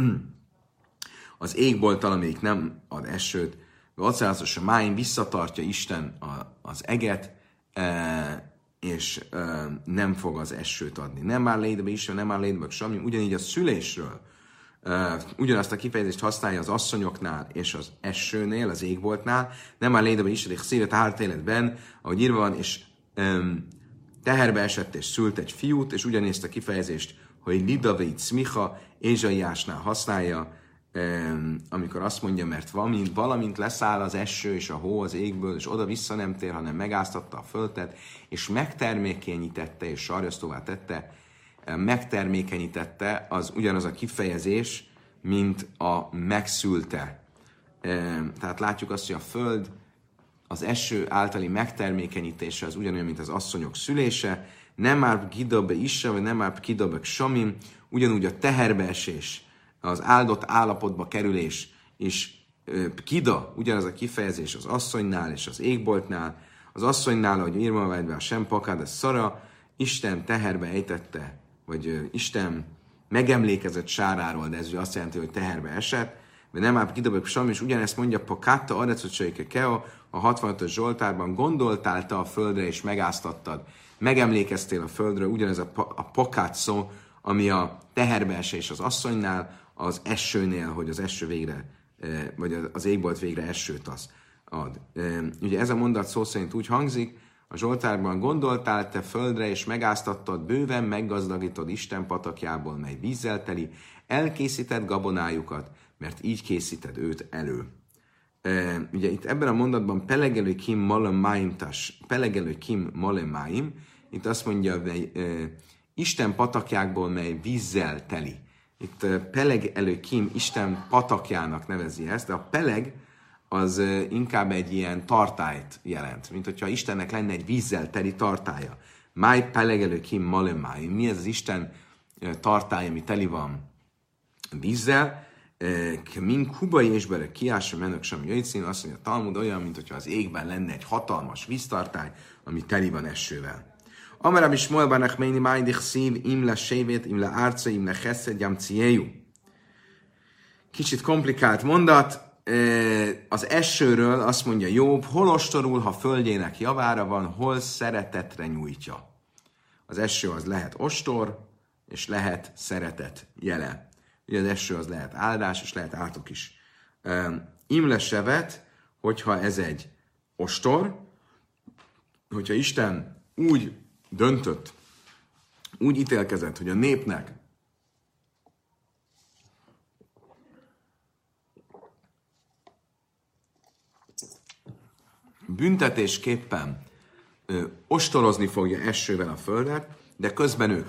Speaker 1: az égbolttal, amelyik nem ad esőt, vagy acászos a máim, visszatartja Isten az eget, és nem fog az esőt adni. Nem már létbe is, nem már létbe semmi. Ugyanígy a szülésről ugyanazt a kifejezést használja az asszonyoknál és az esőnél, az égboltnál. Nem már létbe is, de szívet árt életben, ahogy írva van, és teherbe esett és szült egy fiút, és ugyanezt a kifejezést, hogy lidaveit szmicha, Ézsaiásnál használja, amikor azt mondja, mert valamint leszáll az eső és a hó az égből, és oda-vissza nem tér, hanem megáztatta a földet, és megtermékenyítette, és sarjasztóvá tette, megtermékenyítette, az ugyanaz a kifejezés, mint a megszülte. Tehát látjuk azt, hogy a föld az eső általi megtermékenyítése az ugyanolyan, mint az asszonyok szülése, nem már gidabe isse, vagy nem már gidabe samim, ugyanúgy a teherbeesés, az áldott állapotba kerülés is kida, ugyanaz a kifejezés az asszonynál és az égboltnál. Az asszonynál, ahogy írva van a sem pakád, a szara, Isten teherbe ejtette, vagy Isten megemlékezett sáráról, de ez ugye azt jelenti, hogy teherbe esett, de nem már kidobok sem, és ugyanezt mondja Pakátta, Arecocsaike Keo, a 65-ös Zsoltárban, gondoltál te a földre, és megáztattad, megemlékeztél a földről, ugyanez a pakát szó, ami a teherbeesés az asszonynál, az esőnél, hogy az eső végre, vagy az égbolt végre esőt ad. Ugye ez a mondat szó szerint úgy hangzik, a Zsoltárban gondoltál te földre, és megáztattad, bőven meggazdagítod Isten patakjából, mely vízzel teli, elkészíted gabonájukat, mert így készíted őt elő. Ugye itt ebben a mondatban pelegelő kim malemáim, itt azt mondja, hogy Isten patakjákból, mely vízzel teli. Itt peleg előkim Isten patakjának nevezi ezt, de a peleg az inkább egy ilyen tartályt jelent, mint hogyha Istennek lenne egy vízzel teli tartálya. Máj peleg előkim malemáim. Mi ez az Isten tartály, ami teli van vízzel? Min kubai és bele kiása menök sem jöjjtszín, azt mondja a Talmud olyan, mint hogyha az égben lenne egy hatalmas víztartály, ami teli van esővel. Amarab is molbának méni májdich szív, imle sévét, imle árca, imle cheszed, jamciéjú. Kicsit komplikált mondat. Az esőről azt mondja Jobb, hol ostorul, ha földjének javára van, hol szeretetre nyújtja. Az eső az lehet ostor, és lehet szeretet jele. Ugye az eső az lehet áldás, és lehet átok is. Imle sevet, hogyha ez egy ostor, hogyha Isten úgy döntött, úgy ítélkezett, hogy a népnek büntetésképpen ostorozni fogja esővel a földet, de közben ők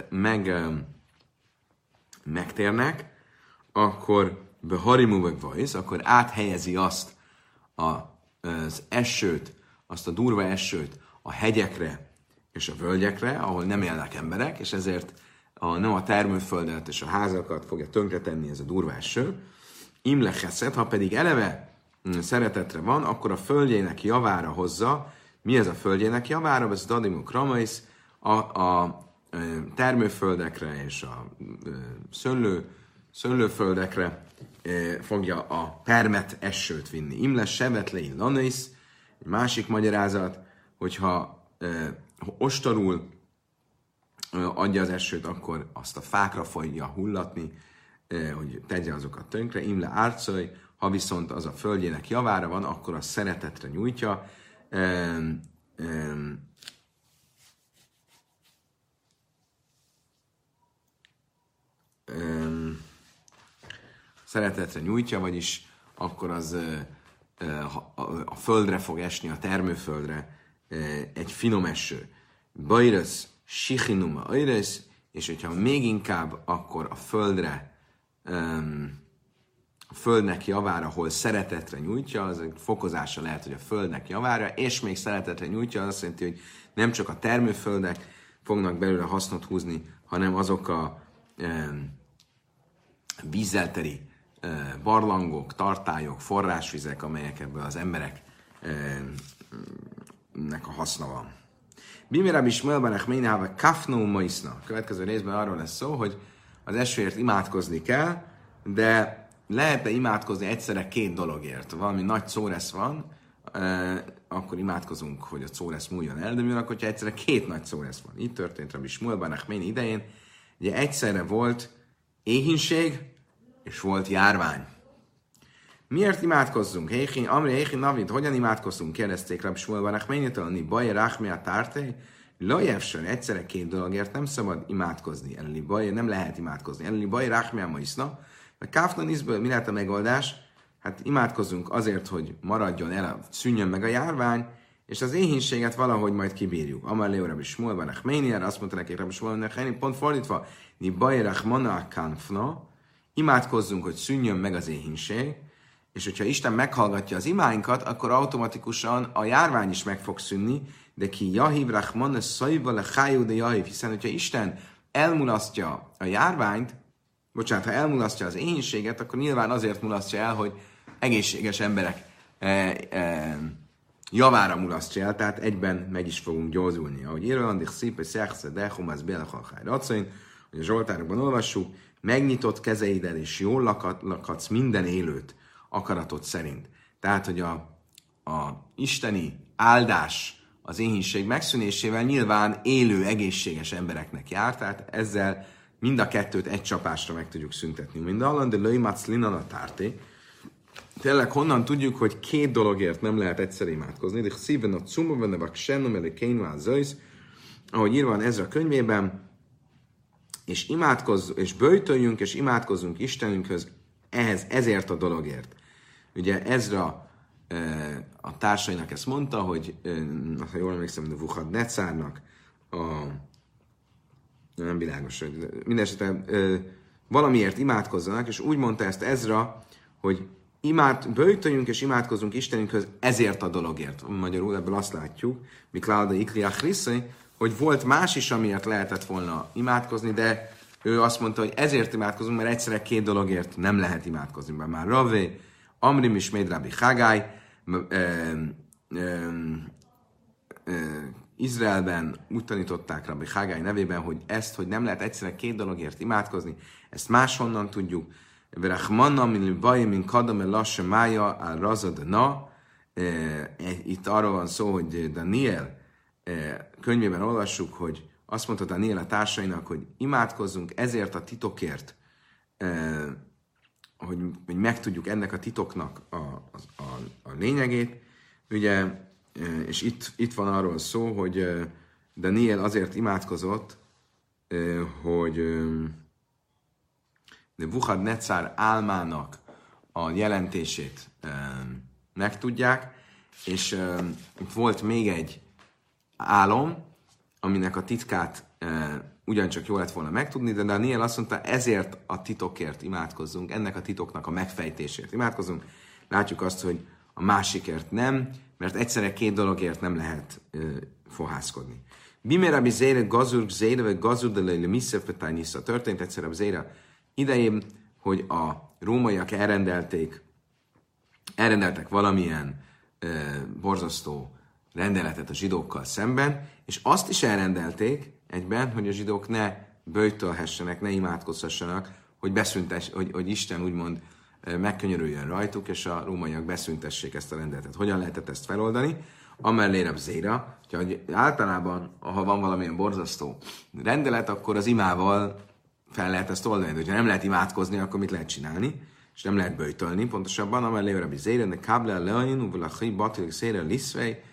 Speaker 1: megtérnek, akkor beharimu vagy vajsz, akkor áthelyezi azt az esőt, azt a durva esőt a hegyekre és a völgyekre, ahol nem élnek emberek, és ezért nem a termőföldet és a házakat fogja tönkretenni ez a durva eső. Imle cheszed, ha pedig eleve szeretetre van, akkor a földjének javára hozza. Mi ez a földjének javára? Ez dadimuk ramaisz, a termőföldekre és a szőlőföldekre fogja a permet esőt vinni. Imle sevetlei lanaisz, egy másik magyarázat, hogyha ostorul adja az esőt, akkor azt a fákra fogja hullatni, hogy tegye azokat tönkre. Imle árcaj, ha viszont az a földjének javára van, akkor a szeretetre nyújtja. Szeretetre nyújtja, vagyis akkor az a földre fog esni, a termőföldre egy finom eső. Bajresz, sichinuma ajresz, és hogyha még inkább, akkor a földre, a földnek javára, ahol szeretetre nyújtja, az egy fokozása lehet, hogy a földnek javára, és még szeretetre nyújtja, az azt jelenti, hogy nem csak a termőföldek fognak belőle hasznot húzni, hanem azok a vízzel teli barlangok, tartályok, forrásvizek, amelyek ebből az embereknek a haszna van. Bimirab is melbanach ménháve kafnó maiszna. A következő részben arról lesz szó, hogy az esőért imádkozni kell, de lehet-e imádkozni egyszerre két dologért? Valami nagy szóresz van, akkor imádkozunk, hogy a szóresz múljon el, de mi van akkor, hogyha egyszerre két nagy szóresz van? Így történt Rabbi Shmuel bar Nachmani idején. Ugye egyszerre volt éhínség, és volt járvány. Miért imádkozzunk? Amri Héchin Navid, hogyan imádkozzunk? Kérdezték Rabbi Shmuel bar Nachmanitől, ni baj ráchmia tárté, lajevsön, egyszerre két dologért nem szabad imádkozni. Elleni baj, nem lehet imádkozni. Elleni baj ráchmia ma iszna. A káfnan iszből mi lehet a megoldás? Hát imádkozzunk azért, hogy maradjon el, szűnjön meg a járvány, és az éhínséget valahogy majd kibírjuk. Amar Leo Rabbi Shmuel bar Nachmani, erre azt mondta neki Rabbi Shmuel bar Nachmani, pont fordítva, ni baj ráchmana kánfna, imádkozzunk, hogy szűnjön meg az éhínség, és hogyha Isten meghallgatja az imáinkat, akkor automatikusan a járvány is meg fog szűnni, de ki Jahiv Rachman szajva le chájú de Jahiv, hiszen hogyha Isten elmulasztja a járványt, bocsánat, ha elmulasztja az éhínséget, akkor nyilván azért mulasztja el, hogy egészséges emberek javára mulasztja el, tehát egyben meg is fogunk gyógyulni. Ahogy Irlandik szípe szexze de humaz bélechal racain, hogy a Zsoltárokban olvassuk, megnyitott kezeiddel és jól lakhatsz minden élőt akaratot szerint. Tehát, hogy a isteni áldás az éhínség megszűnésével nyilván élő, egészséges embereknek jár, tehát ezzel mind a kettőt egy csapásra meg tudjuk szüntetni. Mind allan, de löjmác linana tárté. Tényleg honnan tudjuk, hogy két dologért nem lehet egyszer imádkozni, de szíven a cumba, venne vak sennom, ele kénvál zöjsz, ahogy írva van Ezra könyvében, és böjtöljünk, és imádkozzunk Istenünkhöz ezért a dologért. Ugye Ezra a társainak ezt mondta, hogy ha jól emlékszem, Nebuchadnezzárnak nem világos, hogy mindenesetre valamiért imádkozzanak, és úgy mondta ezt Ezra, hogy böjtöljünk és imádkozzunk Istenünkhöz ezért a dologért. Magyarul ebből azt látjuk, Mikláda Ikliach Riszai, hogy volt más is, amiért lehetett volna imádkozni, de ő azt mondta, hogy ezért imádkozunk, mert egyszerre két dologért nem lehet imádkozni. Mert már Ravé, Amrim is Méd Hagály, Izraelben úgy tanították Rabbi Hagály nevében, hogy hogy nem lehet egyszerre két dologért imádkozni, ezt máshonnan tudjuk. Verachmanna min bajim min kadam lasse mája al razadna. Itt arról van szó, hogy Daniel könyvében olvassuk, hogy azt mondta Daniel a társainak, hogy imádkozzunk ezért a titokért, hogy megtudjuk ennek a titoknak a lényegét. Ugye, és itt van arról szó, hogy Daniel azért imádkozott, hogy Nebuchadnezzar álmának a jelentését megtudják, és itt volt még egy álom, aminek a titkát ugyancsak jól lett volna megtudni, de Daniel azt mondta, ezért a titokért imádkozzunk, ennek a titoknak a megfejtésért imádkozzunk. Látjuk azt, hogy a másikért nem, mert egyszerre két dologért nem lehet fohászkodni. Bimerabi Zére gazur Zére vagy gazur de le misszefetányisza történt egyszer a Zére idején, hogy a rómaiak elrendeltek valamilyen borzasztó rendeletet a zsidókkal szemben, és azt is elrendelték egyben, hogy a zsidók ne böjtölhessenek, ne imádkozhassanak, hogy Isten úgymond megkönyörüljön rajtuk, és a rómaiak beszüntessék ezt a rendeletet. Hogyan lehetett ezt feloldani? Amellé Rab Zéra, hogy általában, ha van valamilyen borzasztó rendelet, akkor az imával fel lehet ezt oldani. De hogyha nem lehet imádkozni, akkor mit lehet csinálni? És nem lehet böjtölni, pontosabban, amellé Rab Zéra, de káble leajn, uvalachi batilik szére liszvej,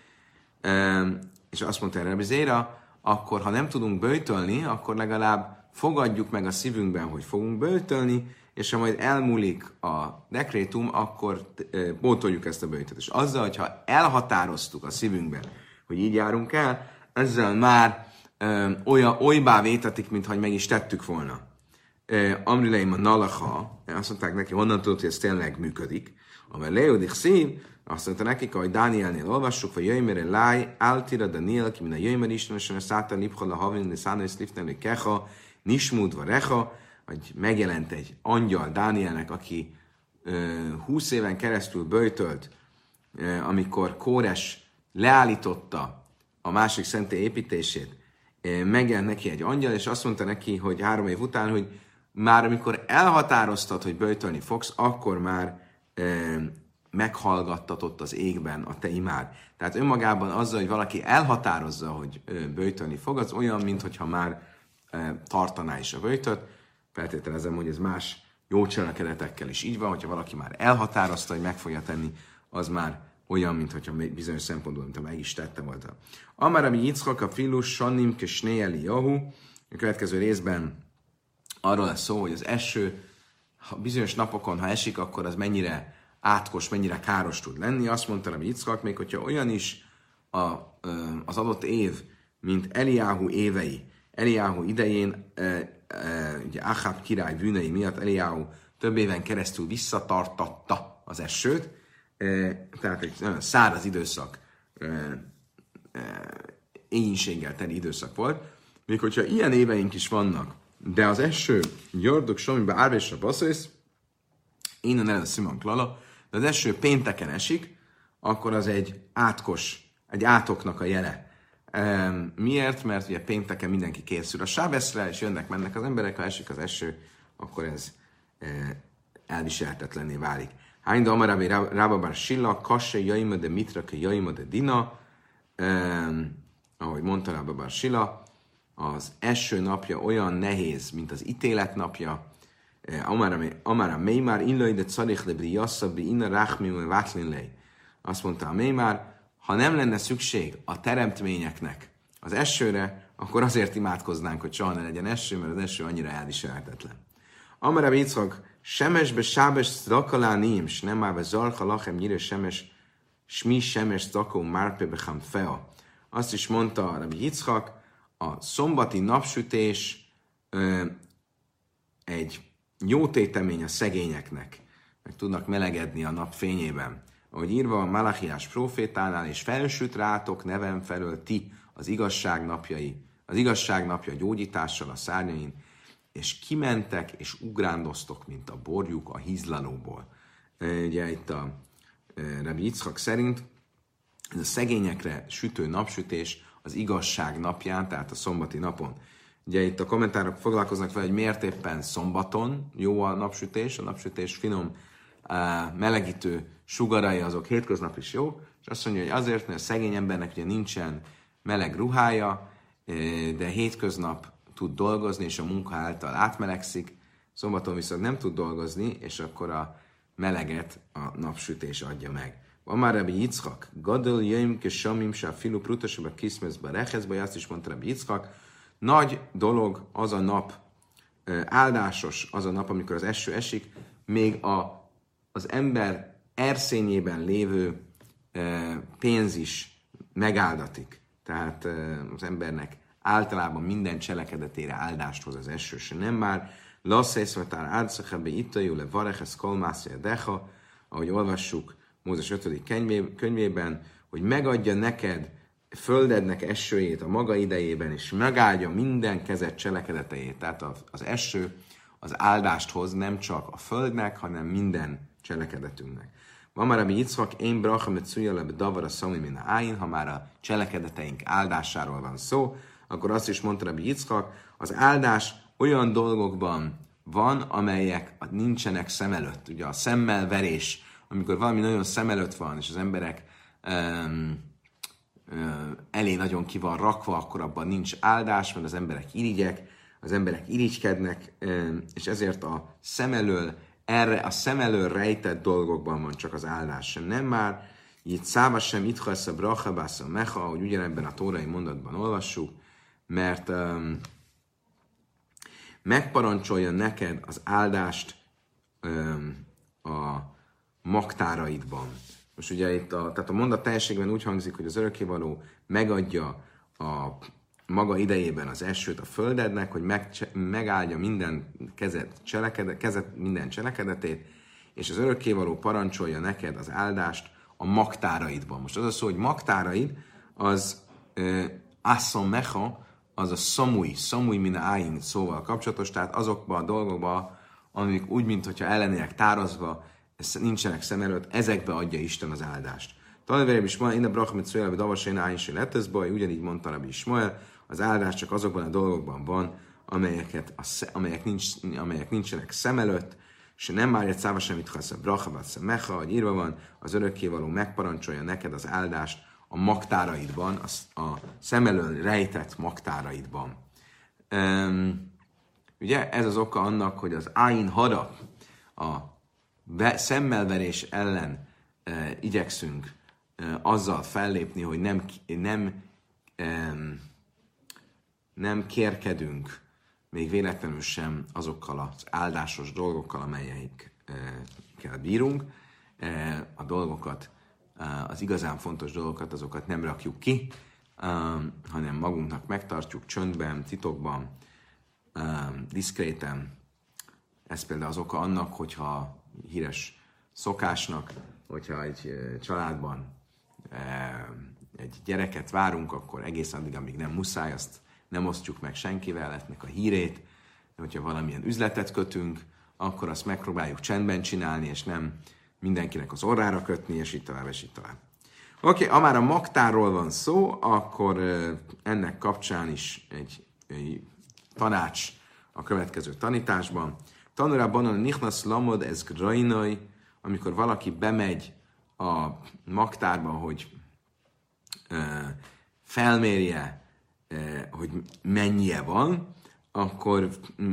Speaker 1: és azt mondta Rab Zéra, akkor ha nem tudunk böjtölni, akkor legalább fogadjuk meg a szívünkben, hogy fogunk böjtölni, és ha majd elmúlik a dekrétum, akkor pótoljuk ezt a böjtöt. És azzal, hogyha elhatároztuk a szívünkben, hogy így járunk el, ezzel már olybá vétetik, mintha meg is tettük volna. Amrileim a nalacha, azt mondták neki, honnan tudod, hogy ez tényleg működik. Amely leodik szív, azt mondta nekik, ahogy Dánielnél olvassuk, hogy jöjjmere láj, áltira Daniel, ki min a jöjjmer istenesen, a szátán liphala havin, de szána és liftenő keha, nismúdva reha, hogy megjelent egy angyal Dánielnek, aki 20 éven keresztül böjtölt, amikor Kóres leállította a másik szentély építését, megjelent neki egy angyal, és azt mondta neki, hogy 3 év után, hogy már amikor elhatároztad, hogy böjtölni fogsz, akkor már meghallgattatott az égben a te imád. Tehát önmagában azzal, hogy valaki elhatározza, hogy böjtölni fog, az olyan, mintha már tartaná is a böjtöt. Feltételezem, hogy ez más jó cselekedetekkel is így van, hogyha valaki már elhatározta, hogy meg fogja tenni, az már olyan, mintha bizonyos szempontból, mintha meg is tette volna. Amár, ami Yitzchak a filus, Sannim, Kesnéeli, Jahu, a következő részben arról lesz szó, hogy az eső bizonyos napokon, ha esik, akkor az mennyire átkos, mennyire káros tud lenni. Azt mondta Rabbi Yitzchak, még hogyha olyan is az adott év, mint Eliáhu évei, Eliáhu idején, ugye Ahab király bűnei miatt Eliáhu több éven keresztül visszatartatta az esőt, tehát egy nagyon száraz időszak, éhínséggel teli időszak volt. Még hogyha ilyen éveink is vannak, de az eső Jordok Somibe Árvésra Baszoisz, innen el a Simon Klala, de az eső pénteken esik, akkor az egy átoknak a jele. Miért? Mert ugye pénteken mindenki készül a sábeszre, és jönnek-mennek az emberek, ha esik az eső, akkor ez elviselhetetlenné válik. Hányda Amarabi Rábabár Silla, Kasse Jaima de Mitrake Jaima de Dina, ahogy mondta Rábabár Silla, az eső napja olyan nehéz, mint az ítélet napja. Amara Meimár, Inlai de Carich le Briassa, Bri Inna Rachmim Vátlinlei. Azt mondta a Meimár, ha nem lenne szükség a teremtményeknek az esőre, akkor azért imádkoznánk, hogy soha ne legyen eső, mert az eső annyira elviselhetetlen. Amara Yitzchak, Semesbe Sábes Zakalánim, s nem áve Zarcha Lachem nyire Semes, Smi Semes Zakó Márpe Becham Fea. Azt is mondta Rabbi Yitzchak, a szombati napsütés egy jó tétemény a szegényeknek, meg tudnak melegedni a nap fényében. Ahogy írva a Malachiás prófétánál, és felsüt rátok nevem felől ti az igazság napja gyógyítással a szárnyain, és kimentek, és ugrándoztok, mint a borjuk a hízlalóból. Ugye itt a Rabbi Yitzchak szerint ez a szegényekre sütő napsütés az igazság napján, tehát a szombati napon. Ugye itt a kommentárok foglalkoznak fel, hogy miért éppen szombaton jó a napsütés finom, melegítő sugarai azok hétköznap is jó, és azt mondja, hogy azért, mert a szegény embernek ugye nincsen meleg ruhája, de hétköznap tud dolgozni, és a munka által átmelegszik, szombaton viszont nem tud dolgozni, és akkor a meleget a napsütés adja meg. Van már Rabbi Yitzchak, Gadol jöjjm ke samim se a filu prutasabb kiszmezbe rechezbe, azt is mondta Rabbi Yitzchak, nagy dolog az a nap, áldásos az a nap, amikor az eső esik, még az ember erszényében lévő pénz is megáldatik. Tehát az embernek általában minden cselekedetére áldást hoz az eső, se nem már. Lasszészvetár árcakebe ittajú le vareches kolmászja deha, ahogy olvassuk Mózes 5. könyvében, hogy megadja neked földednek esőjét a maga idejében, és megáldja minden kezed cselekedeteit. Tehát az eső az áldást hoz nem csak a földnek, hanem minden cselekedetünknek. Van már Rabbi Yitzchak, én bracha metzuja le davar a szami mina áin, ha már a cselekedeteink áldásáról van szó, akkor azt is mondta Rabbi Yitzchak, az áldás olyan dolgokban van, amelyek nincsenek szem előtt. Ugye a szemmel verés, amikor valami nagyon szem előtt van, és az emberek elé nagyon ki van rakva, akkor abban nincs áldás, mert az emberek irigyek, az emberek irigykednek, és ezért a szem elől rejtett dolgokban van csak az áldás. Nem már, így száva sem itt a bracha, bász a mecha, ahogy ugyanebben a tórai mondatban olvassuk, mert megparancsolja neked az áldást a magtáraidban. Most ugye itt tehát a mondat teljességben úgy hangzik, hogy az örökkévaló megadja a maga idejében az esőt a földednek, hogy megáldja minden kezet minden cselekedetét, és az örökkévaló parancsolja neked az áldást a magtáraidban. Most az a szó, hogy magtáraid, az asszon mecha, az a szamúj mina áin szóval kapcsolatos, tehát azokban a dolgokban, amik úgy, mintha ellenének tározva, nincsenek szem előtt, ezekbe adja Isten az áldást. Tanulverem is ma, én a brachmet szólja, hogy davasén áin se lettezbaj, ugyanígy mondta Rabbi Ismael, az áldás csak azokban a dolgokban van, amelyek nincsenek szem előtt, és nem már egy száva semmit hasz a brachavatsz a mecha, hogy írva van, az örökkévaló megparancsolja neked az áldást a magtáraidban, a szem elől rejtett magtáraidban. Ugye ez az oka annak, hogy az áin hara, a szemmelverés ellen igyekszünk azzal fellépni, hogy nem kérkedünk még véletlenül sem azokkal az áldásos dolgokkal, amelyekkel bírunk. A dolgokat, az igazán fontos dolgokat, azokat nem rakjuk ki, hanem magunknak megtartjuk csöndben, titokban, diszkréten. Ez például az oka annak, hogyha híres szokásnak, hogyha egy családban egy gyereket várunk, akkor egész addig, amíg nem muszáj, azt nem osztjuk meg senkivel, ennek a hírét. Hogyha valamilyen üzletet kötünk, akkor azt megpróbáljuk csendben csinálni, és nem mindenkinek az orrára kötni, és így tovább, és így tovább. Oké, amár a magtárról van szó, akkor ennek kapcsán is egy tanács a következő tanításban. Tanulában a nichnasz lamod ez grainai, amikor valaki bemegy a magtárba, hogy felmérje, hogy mennyie van, akkor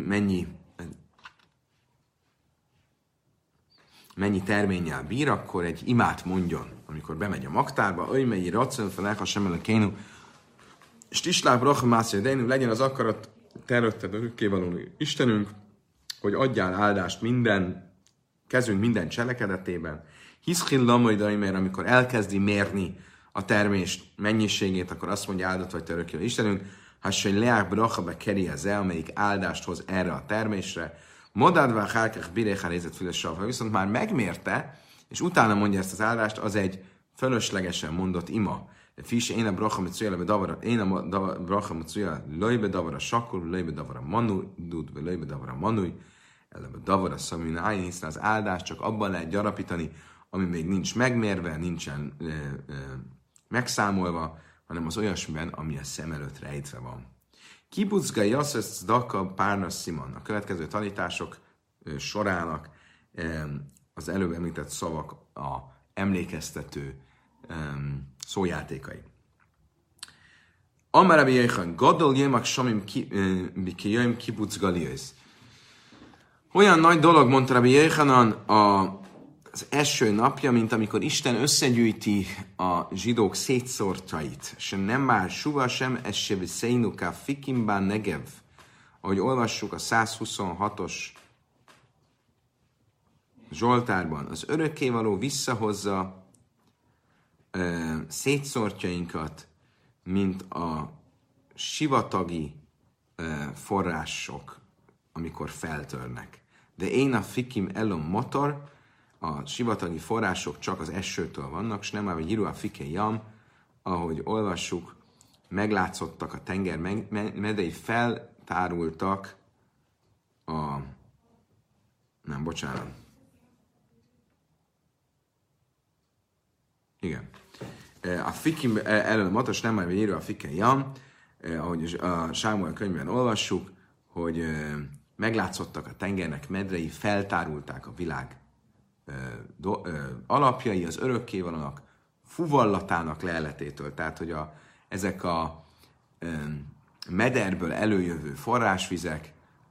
Speaker 1: mennyi terménnyel bír, akkor egy imát mondjon, amikor bemegy a magtárba, öjmei racön felelha semele kénu, és tislák bracha mászja dejnő, legyen az akarat terötted örökkévaló Istenünk, hogy adjál áldást kezünk minden cselekedetében. Hiszkin lamajdai, mert amikor elkezdi mérni a termés mennyiségét, akkor azt mondja, áldott vagy te örökkévaló Istenünk, hasonló hogy leák bracha be keri az amelyik áldást hoz erre a termésre. Modádvá hálkech biréhá rézett füles savha, viszont már megmérte, és utána mondja ezt az áldást, az egy fölöslegesen mondott ima. Fis én a bracha mitzuja lebe davara, én a bracha mitzuja löjbe davara sakul, löjbe davara manúj, dud, löjbe davara manúj, elebe davara szaműn állj, hiszen az áldást csak abban lehet gyarapítani, ami még nincs megmérve, nincsen megszámolva, hanem az olyasmiben, ami a szem előtt rejtve van. Kibucgai asszesz daka párna Simon. A következő tanítások sorának az előbb említett szavak a emlékeztető szójátékai. Amarabi Jéhan, gadol jöjjmak samim jöjjm kibuc galiőz. Olyan nagy dolog, mondta Rabbi Jéhanan, az első napja, mint amikor Isten összegyűjti a zsidók szétszórtjait. Sem nem már suva sem, ez se viszeinuká fikimbán negev. Ahogy olvassuk a 126-os Zsoltárban, az örökkévaló visszahozza szétszórtjainkat, mint a sivatagi források, amikor feltörnek. De én a fikim elom motor, a sivatagi források csak az esőtől vannak, és nem hogy író a fike jam, ahogy olvassuk, meglátszottak a tenger medei, feltárultak nem, bocsánat. Igen. A fikim elől matos, nem hogy író a fike jam, ahogy a Sámuel könyvben olvassuk, hogy meglátszottak a tengernek medrei, feltárulták a világ alapjai, az örökkévalónak fuvallatának leletétől. Tehát, hogy ezek a mederből előjövő forrásvizek,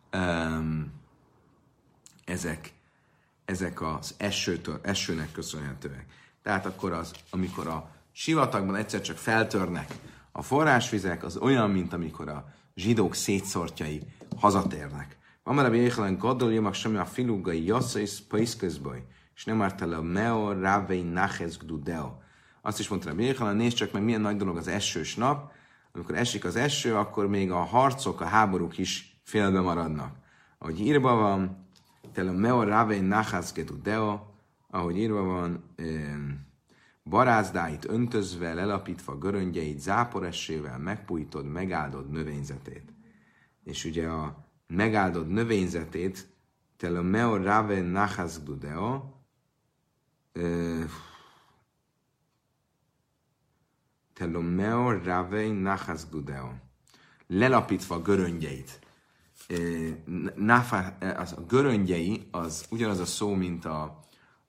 Speaker 1: ezek az esőnek köszönhetőek. Tehát akkor amikor a sivatagban egyszer csak feltörnek a forrásvizek, az olyan, mint amikor a zsidók szétszórtjai hazatérnek. Amarabi Jéhelen gadol jöjjmak semmi a filugai jasszaisz paiszközbaj, és nem ártele a meo rávei nachez gdudeo. Azt is mondta Rabbi Jéhelen, nézd csak meg milyen nagy dolog az esős nap. Amikor esik az eső, akkor még a harcok, a háborúk is félbe maradnak. Ahogy írva van, tele meo rávei nachez gdudeo, ahogy írva van, barázdáit öntözve, lelapítva göröngyeit, záporessével megpújtod, megáldod növényzetét. És ugye a megáldod növényzetét, telomeo rave nachaz gdudeo, telomeo rave nachaz gdudeo, lelapítva göröngyeit. az a göröngyei, az ugyanaz a szó, mint a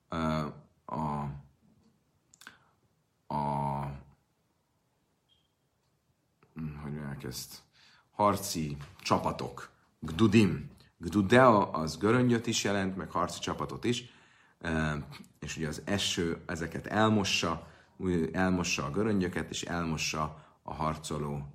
Speaker 1: hogy mondják ezt, harci csapatok, gdudim. Gdudea az göröngyöt is jelent, meg harci csapatot is, és ugye az eső ezeket elmossa a göröngyöket, és elmossa a harcoló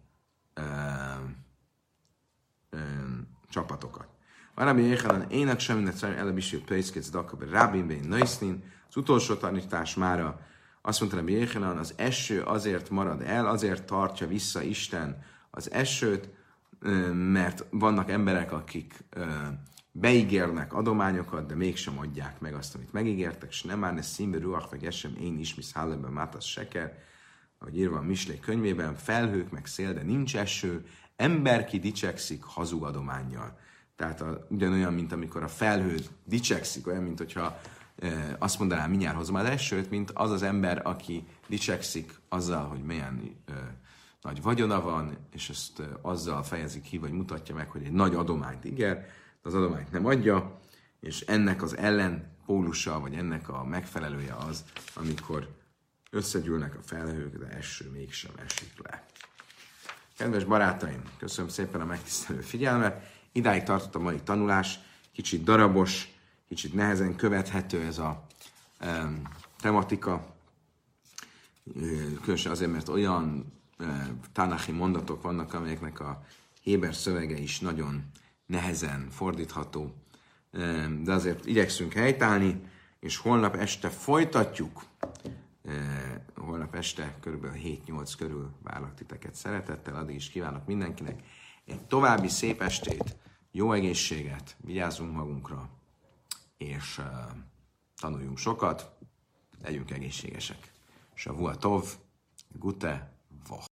Speaker 1: csapatokat. Rabbi Jéhanan ének sem mindent elebisült pészkész dakabe Rabin ben Naisznin. Az utolsó tanítás mára azt mondta Rabbi Jéhanan, az eső azért marad el, azért tartja vissza Isten az esőt, mert vannak emberek, akik beígérnek adományokat, de mégsem adják meg azt, amit megígértek, és nem már ne színbe ruach, meg esem én is, misz háleben mátasz seker, ahogy írva a Mislék könyvében, felhők meg szél, de nincs eső, ember ki dicsekszik hazug adománnyal. Tehát ugyanolyan, mint amikor a felhő dicsekszik, olyan, mint hogyha azt mondanám, mindjárt hozom az esőt, mint az az ember, aki dicsekszik azzal, hogy milyen nagy vagyona van, és ezt azzal fejezi ki, vagy mutatja meg, hogy egy nagy adományt ígér, de az adományt nem adja, és ennek az ellenpólusa, vagy ennek a megfelelője az, amikor összegyűlnek a felhők, de eső mégsem esik le. Kedves barátaim, köszönöm szépen a megtisztelő figyelmet. Idáig tartott a mai tanulás, kicsit darabos, kicsit nehezen követhető ez a tematika. Különösen azért, mert olyan tánachi mondatok vannak, amelyeknek a héber szövege is nagyon nehezen fordítható. De azért igyekszünk helytállni, és holnap este folytatjuk. Holnap este kb. 7-8 körül várlak titeket szeretettel, addig is kívánok mindenkinek egy további szép estét, jó egészséget, vigyázzunk magunkra, és tanuljunk sokat, legyünk egészségesek. Shavua tov, gute, vach.